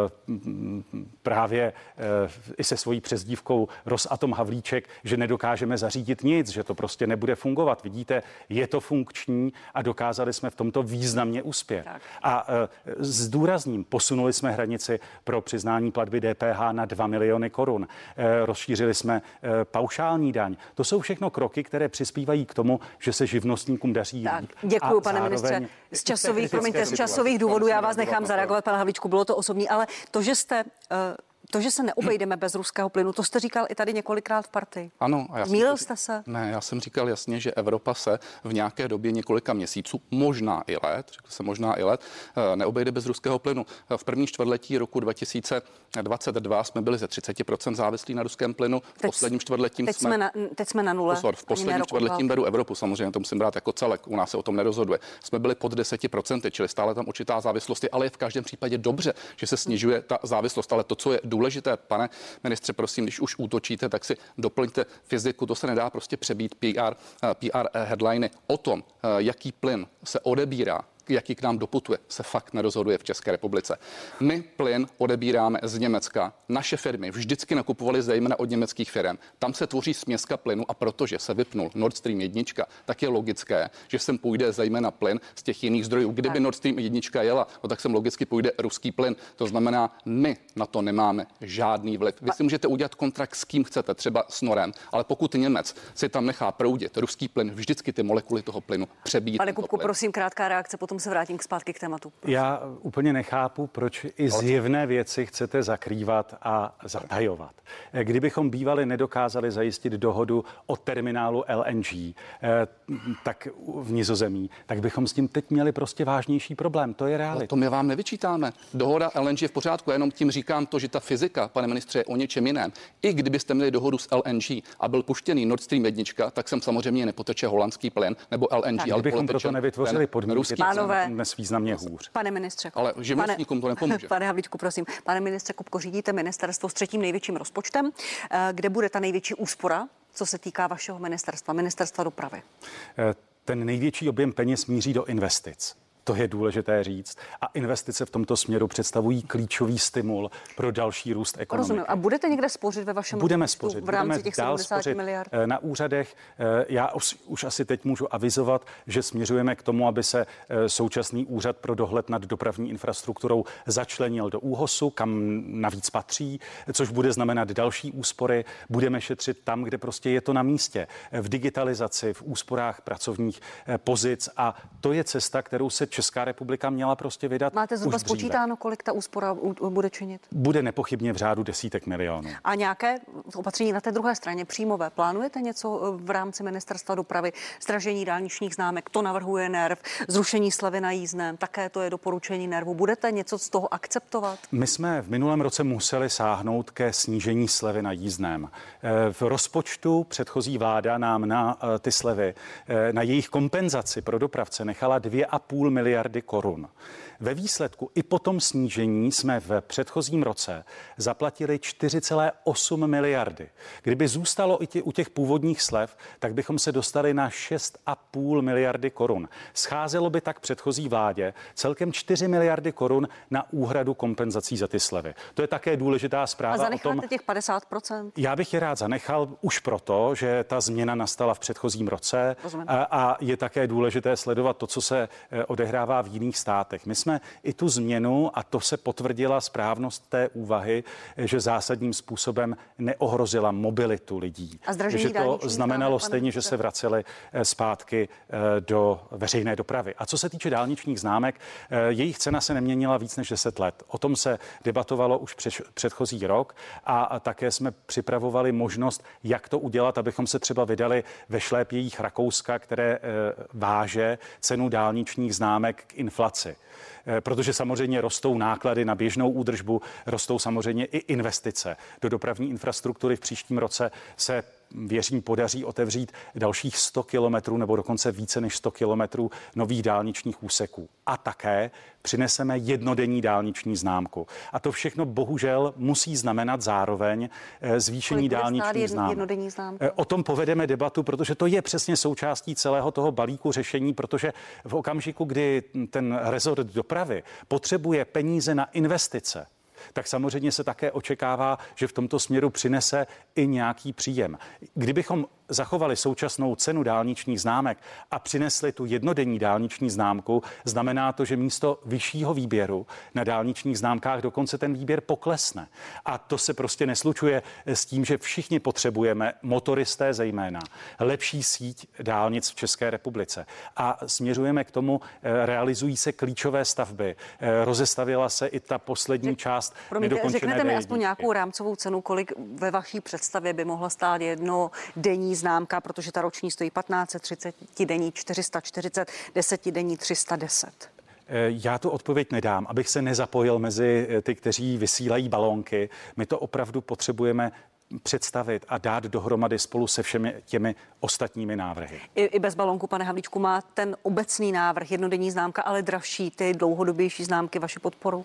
Speaker 2: právě i se svojí přezdívkou Rosatom Havlíček, že nedokážeme zařídit nic, že to prostě nebude fungovat. Vidíte, je to funkční a dokázali jsme v tomto významně uspět. Tak. A zdůrazním, posunuli jsme hranici pro přiznání platby D P H na dva miliony korun. Rozšířili jsme paušální daň. To jsou všechno kroky, které přispívají k tomu, že se živnostníkům daří.
Speaker 1: Tak, děkuju, pane ministře. Z časových, promiňte, z časových důvodů já vás nechám zareagovat, pane Havlíčku, bylo to osobní, ale to, že jste uh, To, že se neobejdeme bez ruského plynu, to jste říkal i tady několikrát v partii.
Speaker 3: Ano. A já
Speaker 1: Zmýlil
Speaker 3: jsem,
Speaker 1: jste se?
Speaker 3: Ne, já jsem říkal jasně, že Evropa se v nějaké době několika měsíců, možná i let, řekl jsem možná i let, neobejde bez ruského plynu. V první čtvrtletí roku dva tisíce dvacet dva jsme byli ze třicet procent závislí na ruském plynu. V
Speaker 1: teď,
Speaker 3: posledním čtvrtletím
Speaker 1: teď
Speaker 3: jsme,
Speaker 1: jsme na, teď jsme na nule.
Speaker 3: Pozor, v posledním čtvrtletím beru Evropu, samozřejmě to musím brát jako celek, u nás se o tom nerozhoduje. Jsme byli pod deset procent, čili stále tam určitá závislost, ale je v každém případě dobře, že se snižuje ta závislost. Ale to, co je důležité, pane ministře, prosím, když už útočíte, tak si doplňte fyziku, to se nedá prostě přebít P R, P R headliny o tom, jaký plyn se odebírá, jaký k nám doputuje, se fakt nerozhoduje v České republice. My plyn odebíráme z Německa. Naše firmy vždycky nakupovaly zejména od německých firm. Tam se tvoří směska plynu a protože se vypnul Nord Stream jedna, tak je logické, že sem půjde zejména plyn z těch jiných zdrojů. Kdyby tak. Nord Stream jedna jela, no tak sem logicky půjde ruský plyn. To znamená, my na to nemáme žádný vliv. Vy si můžete udělat kontrakt s kým chcete, třeba s Norem, ale pokud Němec si tam nechá proudit ruský plyn, vždycky ty molekuly toho plynu přebíjí.
Speaker 1: Pane Kupku, prosím, krátká reakce, potom se vrátím k zpátky k tématu. Prosím.
Speaker 2: Já úplně nechápu, proč i zjevné věci chcete zakrývat a zatajovat. Kdybychom bývali nedokázali zajistit dohodu o terminálu L N G tak v Nizozemí, tak bychom s tím teď měli prostě vážnější problém. To je realita.
Speaker 3: Ale to my vám nevyčítáme. Dohoda L N G je v pořádku, já jenom tím říkám to, že ta fyzika, pane ministře, je o něčem jiném. I kdybyste měli dohodu s L N G a byl puštěný Nord Stream jedna, tak sem samozřejmě nepoteče holandský plyn nebo L N G, tak, ale
Speaker 2: bychom proto nevytvořili podmínky.
Speaker 1: Pánové,
Speaker 2: dnes významně hůř.
Speaker 1: Pane ministře.
Speaker 3: Ale živnostníkům to nepomůže.
Speaker 1: Pane Havlíčku, prosím. Pane ministře Kupko, řídíte ministerstvo s třetím největším rozpočtem. Kde bude ta největší úspora, co se týká vašeho ministerstva, ministerstva dopravy?
Speaker 2: Ten největší objem peněz míří do investic. To je důležité říct. A investice v tomto směru představují klíčový stimul pro další růst ekonomiky.
Speaker 1: Rozumím. A budete někde spořit ve vašem
Speaker 2: Budeme spořit.
Speaker 1: v rámci
Speaker 2: Budeme
Speaker 1: těch
Speaker 2: dál
Speaker 1: sedmdesáti
Speaker 2: spořit
Speaker 1: miliard?
Speaker 2: na úřadech. Já už, už asi teď můžu avizovat, že směřujeme k tomu, aby se současný úřad pro dohled nad dopravní infrastrukturou začlenil do ÚHOSu, kam navíc patří, což bude znamenat další úspory. Budeme šetřit tam, kde prostě je to na místě. V digitalizaci, v úsporách pracovních pozic, a to je cesta, kterou se Česká republika měla prostě vydat.
Speaker 1: Máte zhruba
Speaker 2: už dříve.
Speaker 1: spočítáno, kolik ta úspora bude činit?
Speaker 2: Bude nepochybně v řádu desítek milionů.
Speaker 1: A nějaké opatření na té druhé straně příjmové? Plánujete něco v rámci Ministerstva dopravy? Zdražení dálničních známek, to navrhuje NERV, zrušení slevy na jízdném, také to je doporučení NERVu. Budete něco z toho akceptovat?
Speaker 2: My jsme v minulém roce museli sáhnout ke snížení slevy na jízdném. V rozpočtu předchozí vláda nám na ty slevy, na jejich kompenzaci pro dopravce nechala dvě a půl miliardy korun. Ve výsledku i po tom snížení jsme v předchozím roce zaplatili čtyři celé osm miliardy. Kdyby zůstalo i tě, u těch původních slev, tak bychom se dostali na šest a půl miliardy korun. Scházelo by tak předchozí vládě celkem čtyři miliardy korun na úhradu kompenzací za ty slevy. To je také důležitá zpráva.
Speaker 1: A zanecháte
Speaker 2: o tom,
Speaker 1: těch padesát procent?
Speaker 2: Já bych je rád zanechal už proto, že ta změna nastala v předchozím roce a, a je také důležité sledovat to, co se odehrává v jiných státech. My jsme i tu změnu, a to se potvrdila správnost té úvahy, že zásadním způsobem neohrozila mobilitu lidí.
Speaker 1: A zdražení
Speaker 2: že to
Speaker 1: dálničních
Speaker 2: znamenalo
Speaker 1: známek,
Speaker 2: stejně, že se vraceli zpátky do veřejné dopravy. A co se týče dálničních známek, jejich cena se neměnila víc než deset let. O tom se debatovalo už před, předchozí rok a, a také jsme připravovali možnost, jak to udělat, abychom se třeba vydali ve šlépějích Rakouska, které e, váže cenu dálničních známek k inflaci. Protože samozřejmě rostou náklady na běžnou údržbu, rostou samozřejmě i investice do dopravní infrastruktury. V příštím roce se, věřím, podaří otevřít dalších sto kilometrů nebo dokonce více než sto kilometrů nových dálničních úseků. A také přineseme jednodenní dálniční známku. A to všechno bohužel musí znamenat zároveň zvýšení dálničních známek. O tom povedeme debatu, protože to je přesně součástí celého toho balíku řešení, protože v okamžiku, kdy ten rezort dopravy potřebuje peníze na investice, tak samozřejmě se také očekává, že v tomto směru přinese i nějaký příjem. Kdybychom zachovali současnou cenu dálničních známek a přinesli tu jednodenní dálniční známku, znamená to, že místo vyššího výběru na dálničních známkách dokonce ten výběr poklesne. A to se prostě neslučuje s tím, že všichni potřebujeme, motoristé zejména, lepší síť dálnic v České republice. A směřujeme k tomu, realizují se klíčové stavby. Rozestavila se i ta poslední Řek, část nedokončené.
Speaker 1: Řeknete mi aspoň nějakou rámcovou cenu, kolik ve vaší představě by mohla stát jedno denní známka, protože ta roční stojí patnáct set, třicet denní čtyři sta čtyřicet, deset denní tři sta deset.
Speaker 2: Já tu odpověď nedám, abych se nezapojil mezi ty, kteří vysílají balónky. My to opravdu potřebujeme představit a dát dohromady spolu se všemi těmi ostatními návrhy.
Speaker 1: I, i bez balonku, pane Havlíčku, má ten obecný návrh, jednodenní známka, ale dražší, ty dlouhodobější známky, vaši podporu?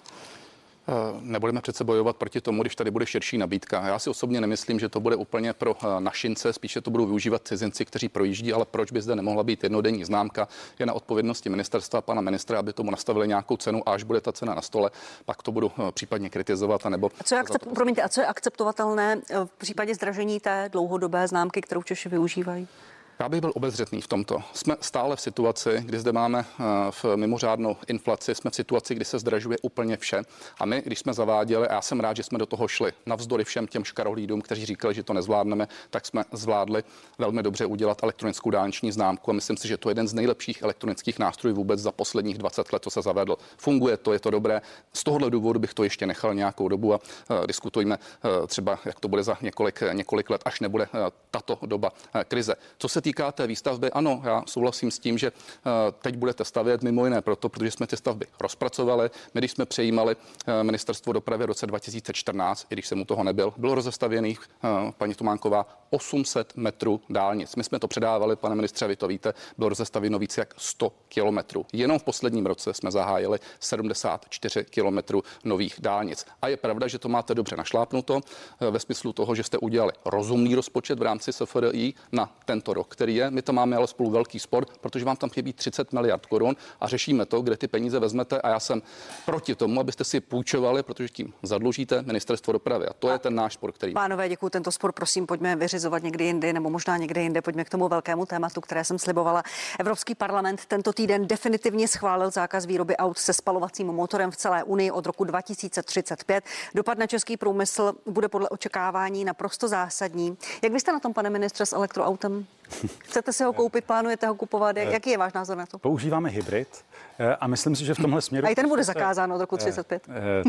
Speaker 3: Nebudeme přece bojovat proti tomu, když tady bude širší nabídka. Já si osobně nemyslím, že to bude úplně pro našince, spíše to budou využívat cizinci, kteří projíždí, ale proč by zde nemohla být jednodenní známka? Je na odpovědnosti ministerstva, pana ministra, aby tomu nastavili nějakou cenu, a až bude ta cena na stole, pak to budu případně kritizovat. Nebo
Speaker 1: a co je, akcept, promiňte, a co je akceptovatelné v případě zdražení té dlouhodobé známky, kterou Češi využívají?
Speaker 3: Já bych byl obezřetný v tomto. Jsme stále v situaci, kdy zde máme v mimořádnou inflaci, jsme v situaci, kdy se zdražuje úplně vše. A my, když jsme zaváděli, a já jsem rád, že jsme do toho šli, navzdory všem těm škarohlídům, kteří říkali, že to nezvládneme, tak jsme zvládli velmi dobře udělat elektronickou dálniční známku. A myslím si, že to je jeden z nejlepších elektronických nástrojů vůbec za posledních dvacet let, co se zavedl. Funguje to, je to dobré. Z tohohle důvodu bych to ještě nechal nějakou dobu a uh, diskutujme uh, třeba, jak to bude za několik, několik let, až nebude uh, tato doba uh, krize. Co se týká té výstavby, ano, já souhlasím s tím, že teď budete stavět mimo jiné proto, protože jsme ty stavby rozpracovali. My, když jsme přejímali ministerstvo dopravy v roce dva tisíce čtrnáct, i když jsem u toho nebyl, bylo rozestavěných, paní Tománková, osm set metrů dálnic. My jsme to předávali, pane ministře, vy to víte, bylo rozestavěno více jak sto kilometrů. Jenom v posledním roce jsme zahájili sedmdesát čtyři kilometrů nových dálnic. A je pravda, že to máte dobře našlápnuto ve smyslu toho, že jste udělali rozumný rozpočet v rámci S F D I na tento rok. který je. My tam máme ale spolu velký spor, protože vám tam chybí třicet miliard korun a řešíme to, kde ty peníze vezmete a já jsem proti tomu, abyste si půjčovali, protože tím zadlužíte ministerstvo dopravy. A to je ten náš spor, který.
Speaker 1: Pánové, děkuji, tento spor prosím pojďme vyřizovat někdy jindy nebo možná někde jinde. Pojďme k tomu velkému tématu, které jsem slibovala. Evropský parlament tento týden definitivně schválil zákaz výroby aut se spalovacím motorem v celé Unii od roku dva tisíce třicet pět. Dopad na český průmysl bude podle očekávání naprosto zásadní. Jak vy jste na tom, pane ministře, s elektroautem? Chcete si ho koupit, plánujete ho kupovat? Jaký je váš názor na to?
Speaker 2: Používáme hybrid a myslím si, že v tomhle směru...
Speaker 1: A i ten bude zakázán od roku třicet pět.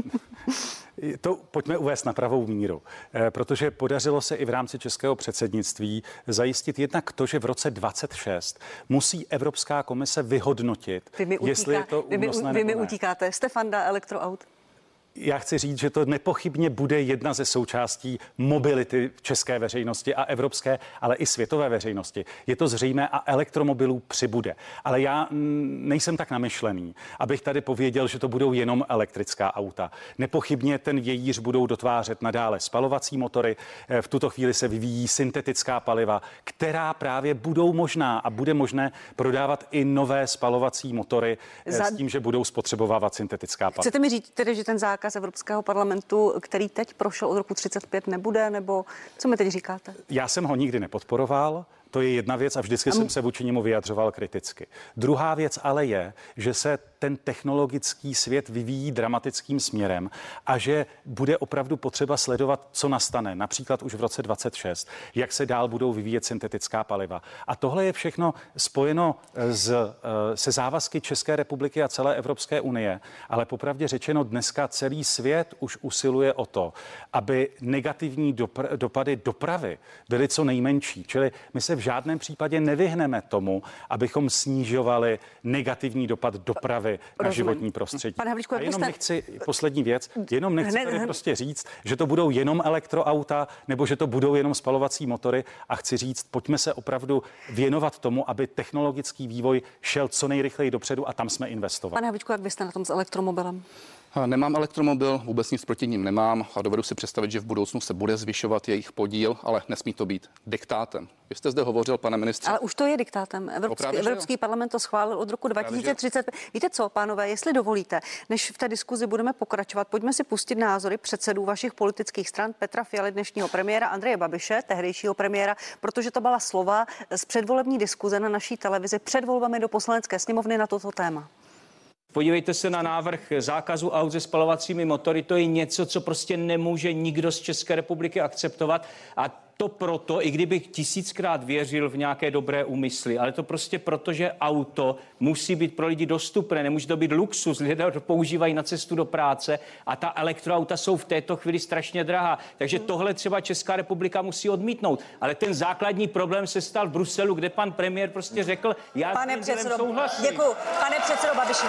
Speaker 2: To pojďme uvést na pravou míru, protože podařilo se i v rámci českého předsednictví zajistit jednak to, že v roce dvacet šest musí Evropská komise vyhodnotit,
Speaker 1: utíká,
Speaker 2: jestli je to únosné
Speaker 1: vy mi, vy mi
Speaker 2: nebo ne.
Speaker 1: utíkáte. Jste fanda elektroaut?
Speaker 2: Já chci říct, že to nepochybně bude jedna ze součástí mobility české veřejnosti a evropské, ale i světové veřejnosti. Je to zřejmé a elektromobilů přibude. Ale já nejsem tak namyšlený, abych tady pověděl, že to budou jenom elektrická auta. Nepochybně ten vějíř budou dotvářet nadále spalovací motory. V tuto chvíli se vyvíjí syntetická paliva, která právě budou možná a bude možné prodávat i nové spalovací motory Za... s tím, že budou spotřebovávat syntetická paliva.
Speaker 1: Chcete mi říct tedy, že ten zákaz z Evropského parlamentu, který teď prošel od roku třicet pět, nebude, nebo co mi teď říkáte?
Speaker 2: Já jsem ho nikdy nepodporoval. To je jedna věc a vždycky jsem se vůči němu vyjadřoval kriticky. Druhá věc ale je, že se ten technologický svět vyvíjí dramatickým směrem a že bude opravdu potřeba sledovat, co nastane, například už v roce dvacet šest, jak se dál budou vyvíjet syntetická paliva. A tohle je všechno spojeno s, se závazky České republiky a celé Evropské unie, ale popravdě řečeno dneska celý svět už usiluje o to, aby negativní dopr- dopady dopravy byly co nejmenší. Čili my se v žádném případě nevyhneme tomu, abychom snižovali negativní dopad dopravy na
Speaker 1: Rozumím.
Speaker 2: životní prostředí.
Speaker 1: Pane Havlíčku,
Speaker 2: a
Speaker 1: jak
Speaker 2: jenom
Speaker 1: byste...
Speaker 2: nechci, poslední věc, jenom nechci
Speaker 1: Hned-
Speaker 2: tady
Speaker 1: hned-
Speaker 2: prostě říct, že to budou jenom elektroauta nebo že to budou jenom spalovací motory a chci říct, pojďme se opravdu věnovat tomu, aby technologický vývoj šel co nejrychleji dopředu a tam jsme investovali.
Speaker 1: Pane Havlíčku, jak byste na tom s elektromobilem?
Speaker 3: Nemám elektromobil, vůbec nic proti ním nemám a dovedu si představit, že v budoucnu se bude zvyšovat jejich podíl, ale nesmí to být diktátem. Vy jste zde hovořil, pane ministře.
Speaker 1: Ale už to je diktátem. Evropský,
Speaker 3: Právě,
Speaker 1: Evropský parlament to schválil od roku dva tisíce třicet. Víte co, pánové, jestli dovolíte, než v té diskuzi budeme pokračovat, pojďme si pustit názory předsedů vašich politických stran, Petra Fialy, dnešního premiéra, Andreje Babiše, tehdejšího premiéra, protože to byla slova z předvolební diskuze na naší televizi před volbami do Poslanecké sněmovny na toto téma.
Speaker 4: Podívejte se na návrh zákazu aut se spalovacími motory. To je něco, co prostě nemůže nikdo z České republiky akceptovat. A to proto, i kdybych tisíckrát věřil v nějaké dobré úmysly, ale to prostě proto, že auto musí být pro lidi dostupné, nemůže to být luxus, lidé to používají na cestu do práce a ta elektroauta jsou v této chvíli strašně drahá. Takže tohle třeba Česká republika musí odmítnout. Ale ten základní problém se stal v Bruselu, kde pan premiér prostě řekl, já
Speaker 1: Pane
Speaker 4: s tím
Speaker 1: předsedo,
Speaker 4: souhlasím.
Speaker 1: děkuji. Pane předsedo Babiši.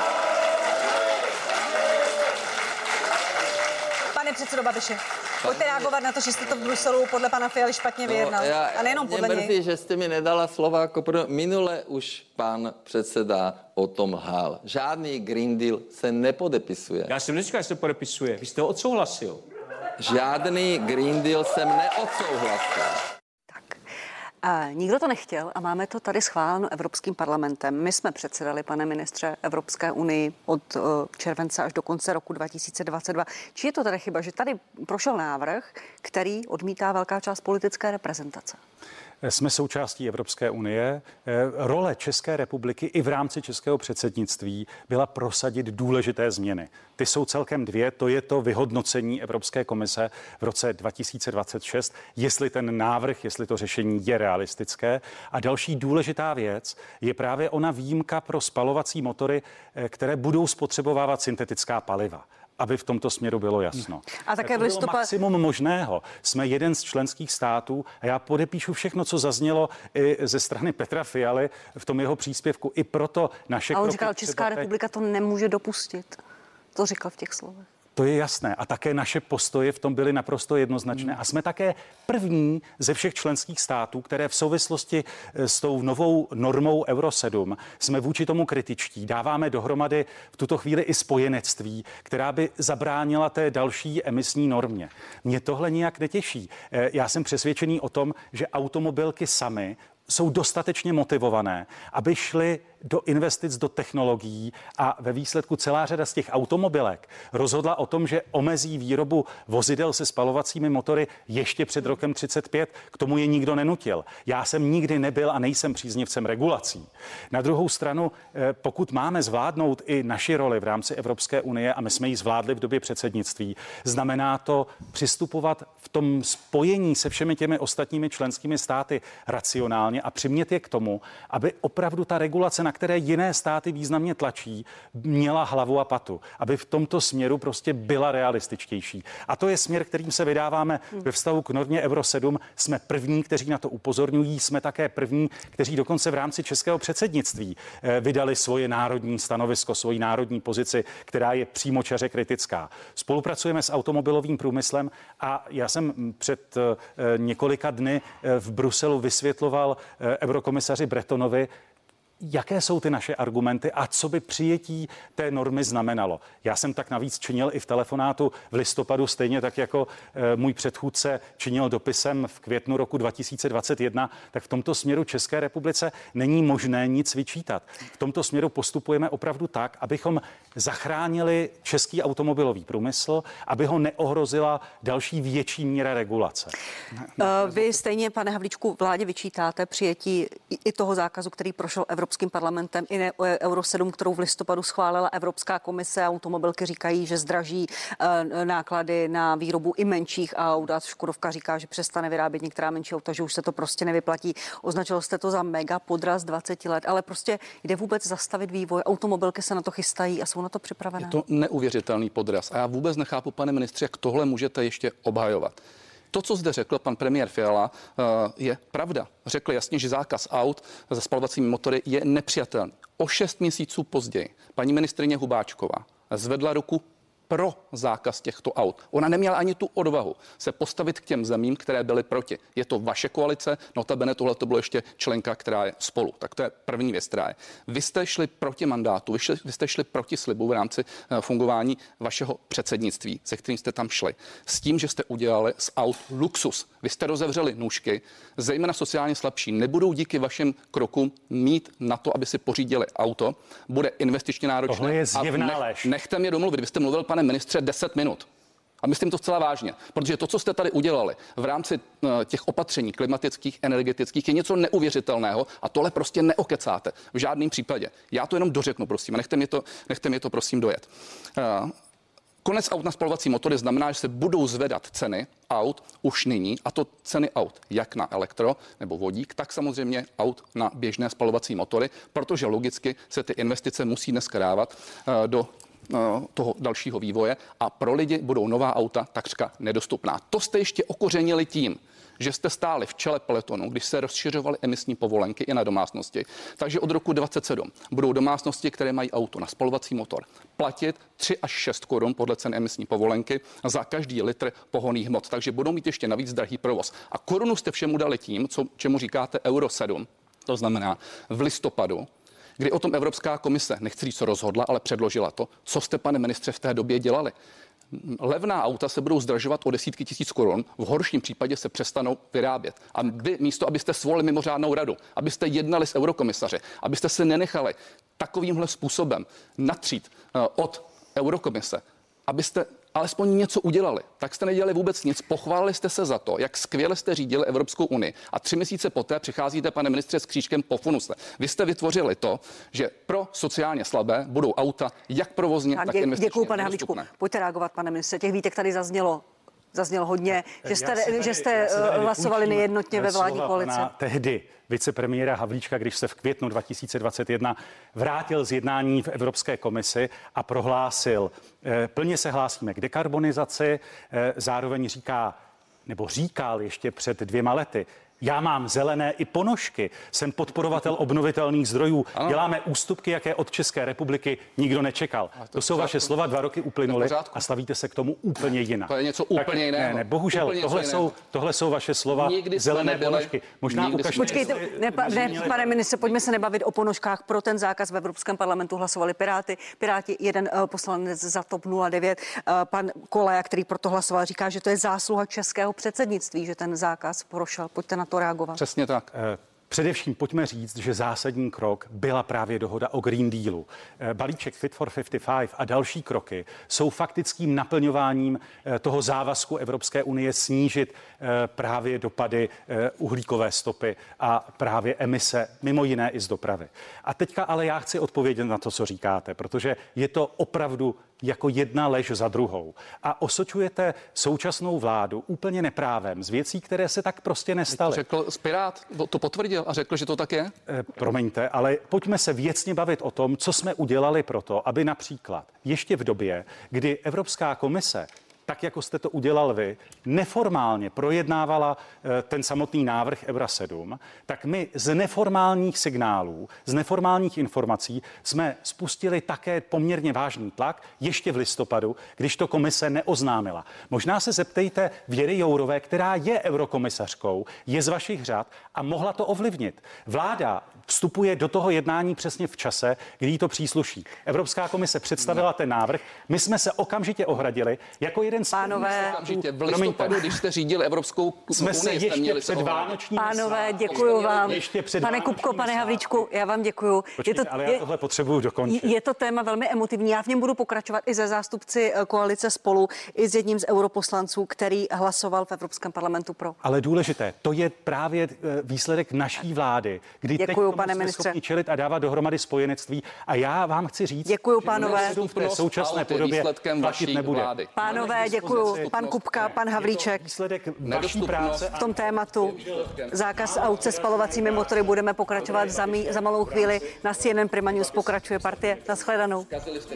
Speaker 1: Pane předsedo Babiši, pojďte reagovat na to, že jste to v Bruselu podle pana Fialy špatně vyjednal.
Speaker 5: No, já,
Speaker 1: a nejenom podle
Speaker 5: mě
Speaker 1: něj.
Speaker 5: mrzí, že jste mi nedala slova jako pro... Minule už pan předseda o tom lhal. Žádný Green Deal se nepodepisuje.
Speaker 4: Já jsem neříkal, že se podepisuje. Vy jste ho odsouhlasil.
Speaker 5: Žádný Green Deal jsem neodsouhlasil.
Speaker 1: A nikdo to nechtěl a máme to tady schváleno Evropským parlamentem. My jsme předsedali, pane ministře, Evropské unii od uh, července až do konce roku dva tisíce dvacet dva. Či je to tady chyba, že tady prošel návrh, který odmítá velká část politické reprezentace?
Speaker 2: Jsme součástí Evropské unie. Role České republiky i v rámci českého předsednictví byla prosadit důležité změny. Ty jsou celkem dvě. To je to vyhodnocení Evropské komise v roce dva tisíce dvacet šest, jestli ten návrh, jestli to řešení je realistické. A další důležitá věc je právě ona výjimka pro spalovací motory, které budou spotřebovávat syntetická paliva. Aby v tomto směru bylo jasno.
Speaker 1: A také
Speaker 2: to
Speaker 1: v listopadu...
Speaker 2: bylo maximum možného. Jsme jeden z členských států a já podepíšu všechno, co zaznělo i ze strany Petra Fialy v tom jeho příspěvku. I proto naše
Speaker 1: A on
Speaker 2: kroky
Speaker 1: říkal, Česká
Speaker 2: teď...
Speaker 1: republika to nemůže dopustit. To říkal v těch slovech.
Speaker 2: To je jasné. A také naše postoje v tom byly naprosto jednoznačné. A jsme také první ze všech členských států, které v souvislosti s tou novou normou Euro sedm jsme vůči tomu kritičtí. Dáváme dohromady v tuto chvíli i spojenectví, která by zabránila té další emisní normě. Mě tohle nijak netěší. Já jsem přesvědčený o tom, že automobilky samy jsou dostatečně motivované, aby šli do investic do technologií a ve výsledku celá řada z těch automobilek rozhodla o tom, že omezí výrobu vozidel se spalovacími motory ještě před rokem třicet pět. K tomu je nikdo nenutil. Já jsem nikdy nebyl a nejsem příznivcem regulací. Na druhou stranu, pokud máme zvládnout i naši roli v rámci Evropské unie, a my jsme ji zvládli v době předsednictví, znamená to přistupovat v tom spojení se všemi těmi ostatními členskými státy racionálně a přimět je k tomu, aby opravdu ta regulace, na které jiné státy významně tlačí, měla hlavu a patu, aby v tomto směru prostě byla realističtější. A to je směr, kterým se vydáváme ve vztahu k normě Euro sedm. Jsme první, kteří na to upozorňují, jsme také první, kteří dokonce v rámci českého předsednictví vydali svoje národní stanovisko, svoji národní pozici, která je přímočaře kritická. Spolupracujeme s automobilovým průmyslem a já jsem před několika dny v Bruselu vysvětloval eurokomisaři Bretonovi, jaké jsou ty naše argumenty a co by přijetí té normy znamenalo. Já jsem tak navíc činil i v telefonátu v listopadu, stejně tak jako e, můj předchůdce činil dopisem v květnu roku dva tisíce dvacet jedna, tak v tomto směru České republice není možné nic vyčítat. V tomto směru postupujeme opravdu tak, abychom zachránili český automobilový průmysl, aby ho neohrozila další větší míra regulace.
Speaker 1: Vy stejně, pane Havlíčku, vládě vyčítáte přijetí i toho zákazu, který prošel Evropským parlamentem, i Euro sedm, kterou v listopadu schválila Evropská komise. Automobilky říkají, že zdraží náklady na výrobu i menších aut. Škodovka říká, že přestane vyrábět některá menší auta, že už se to prostě nevyplatí. Označil jste to za mega podraz dvacet let, ale prostě jde vůbec zastavit vývoj. Automobilky se na to chystají a jsou na to připravené.
Speaker 3: Je to neuvěřitelný podraz. A já vůbec nechápu, pane ministře, jak tohle můžete ještě obhajovat. To, co zde řekl pan premiér Fiala, je pravda. Řekl jasně, že zákaz aut se spalovacími motory je nepřijatelný. O šest měsíců později paní ministryně Hubáčková zvedla ruku pro zákaz těchto aut. Ona neměla ani tu odvahu se postavit k těm zemím, které byly proti. Je to vaše koalice, notabene tohle to bylo ještě členka, která je Spolu. Tak to je první věc, která je. Vy jste šli proti mandátu, vy, šli, vy jste šli proti slibu v rámci uh, fungování vašeho předsednictví, se kterým jste tam šli. S tím, že jste udělali z aut luxus. Vy jste rozevřeli nůžky, zejména sociálně slabší nebudou díky vašim krokům mít na to, aby si pořídili auto. Bude investičně náročné.
Speaker 2: Tohle je zjevná nech, lež.
Speaker 3: Nechte mě domluvit. Vy jste mluvil, pane ministře, deset minut. A myslím to zcela vážně, protože to, co jste tady udělali v rámci uh, těch opatření klimatických, energetických, je něco neuvěřitelného a tohle prostě neokecáte v žádném případě. Já to jenom dořeknu, prosím, a nechte mě to, nechte mě to prosím dojet. Uh, Konec aut na spalovací motory znamená, že se budou zvedat ceny aut už nyní, a to ceny aut jak na elektro nebo vodík, tak samozřejmě aut na běžné spalovací motory, protože logicky se ty investice musí dneska dávat uh, do toho dalšího vývoje a pro lidi budou nová auta takřka nedostupná. To jste ještě okořenili tím, že jste stáli v čele pelotonu, když se rozšiřovaly emisní povolenky i na domácnosti. Takže od roku dvacet sedm budou domácnosti, které mají auto na spalovací motor, platit tři až šest korun podle cen emisní povolenky za každý litr pohonných hmot. Takže budou mít ještě navíc drahý provoz. A korunu jste všemu dali tím, co, čemu říkáte Euro sedm. To znamená v listopadu, kdy o tom Evropská komise, nechci říct, co rozhodla, ale předložila to. Co jste, pane ministře, v té době dělali? Levná auta se budou zdražovat o desítky tisíc korun, v horším případě se přestanou vyrábět. A vy místo, abyste svolili mimořádnou radu, abyste jednali s eurokomisaři, abyste se nenechali takovýmhle způsobem natřít uh, od eurokomise, abyste alespoň něco udělali, tak jste nedělali vůbec nic. Pochválili jste se za to, jak skvěle jste řídili Evropskou unii a tři měsíce poté přicházíte, pane ministře, s křížkem po funuse. Vy jste vytvořili to, že pro sociálně slabé budou auta jak provozně, tak, tak investičně.
Speaker 1: Děkuji, pane Havlíčku. Pojďte reagovat, pane ministře. Těch výtek tady zaznělo. Zaznělo hodně, že jste, tady, že jste hlasovali nejednotně ve vládní koalici.
Speaker 2: Tehdy vicepremiéra Havlíčka, když se v květnu dva tisíce dvacet jedna vrátil z jednání v Evropské komisi a prohlásil, plně se hlásíme k dekarbonizaci, zároveň říká, nebo říkal ještě před dvěma lety, já mám zelené i ponožky, jsem podporovatel obnovitelných zdrojů, ano. Děláme ústupky, jaké od České republiky nikdo nečekal. To, to jsou vaše slova, dva roky uplynuly a stavíte se k tomu úplně jinak.
Speaker 3: To je něco úplně jiného.
Speaker 2: Ne, ne, bohužel, tohle jsou, tohle jsou vaše slova, nikdy zelené nebyli, ponožky. Možná ukažte.
Speaker 1: Počkejte, ne, pa, ne, pane ministře, pojďme se nebavit o ponožkách. Pro ten zákaz v Evropském parlamentu hlasovali Piráty. Piráti, jeden uh, poslanec za TOP nula devět. Uh, pan Kolaja, který proto hlasoval, říká, že to je zásluha českého předsednictví, že ten zákaz prošel. Pojďte na to reagovat.
Speaker 3: Přesně tak.
Speaker 2: Především pojďme říct, že zásadní krok byla právě dohoda o Green Dealu. Balíček Fit for padesát pět a další kroky jsou faktickým naplňováním toho závazku Evropské unie snížit právě dopady uhlíkové stopy a právě emise, mimo jiné i z dopravy. A teďka ale já chci odpovědět na to, co říkáte, protože je to opravdu jako jedna lež za druhou. A osočujete současnou vládu úplně neprávem z věcí, které se tak prostě nestaly.
Speaker 3: To řekl Pirát, to potvrdil a řekl, že to tak je?
Speaker 2: E, promiňte, ale pojďme se věcně bavit o tom, co jsme udělali pro to, aby například ještě v době, kdy Evropská komise, tak jako jste to udělal vy, neformálně projednávala ten samotný návrh Eura sedm, tak my z neformálních signálů, z neformálních informací jsme spustili také poměrně vážný tlak ještě v listopadu, když to komise neoznámila. Možná se zeptejte Věry Jourové, která je eurokomisařkou, je z vašich řad a mohla to ovlivnit. Vláda vstupuje do toho jednání přesně v čase, kdy jí to přísluší. Evropská komise představila ten návrh, my jsme se okamžitě ohradili jako jeden z
Speaker 1: Pánové,
Speaker 3: okamžitě v listopadu, když jste řídili Evropskou
Speaker 2: jsme
Speaker 3: unii,
Speaker 2: se ještě
Speaker 3: měli
Speaker 2: před vánočním
Speaker 1: Pánové, děkuju vám.
Speaker 2: Ještě před
Speaker 1: Pane Kupko, pane Havlíčku, já vám děkuju.
Speaker 2: Počkejte, je to, ale já tohle potřebuju dokončit.
Speaker 1: Je to téma velmi emotivní. Já v něm budu pokračovat i ze zástupci koalice Spolu, i s jedním z europoslanců, který hlasoval v Evropském parlamentu pro.
Speaker 2: Ale důležité, to je právě výsledek naší vlády, kdy
Speaker 1: děkuju,
Speaker 2: teď
Speaker 1: pane
Speaker 2: jsme
Speaker 1: ministře.
Speaker 2: schopni čelit a dávat dohromady spojenectví. A já vám chci říct,
Speaker 1: děkuju, pánové.
Speaker 2: v té současné podobě platit nebude.
Speaker 3: Vlády.
Speaker 1: Pánové, děkuju. Pan Kupka, pan Havlíček.
Speaker 2: Výsledek vaší práce
Speaker 1: V tom tématu zákaz aut se spalovacími motory budeme pokračovat za, mý, za malou chvíli. Na C N N Prima News pokračuje Partie. Naschledanou.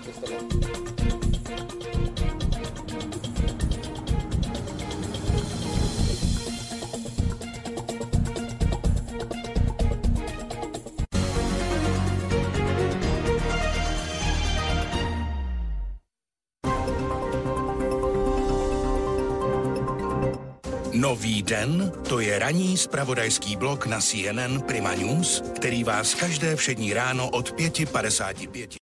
Speaker 6: Nový den, to je ranní zpravodajský blok na C N N Prima News, který vás každé všední ráno od pěti padesát pět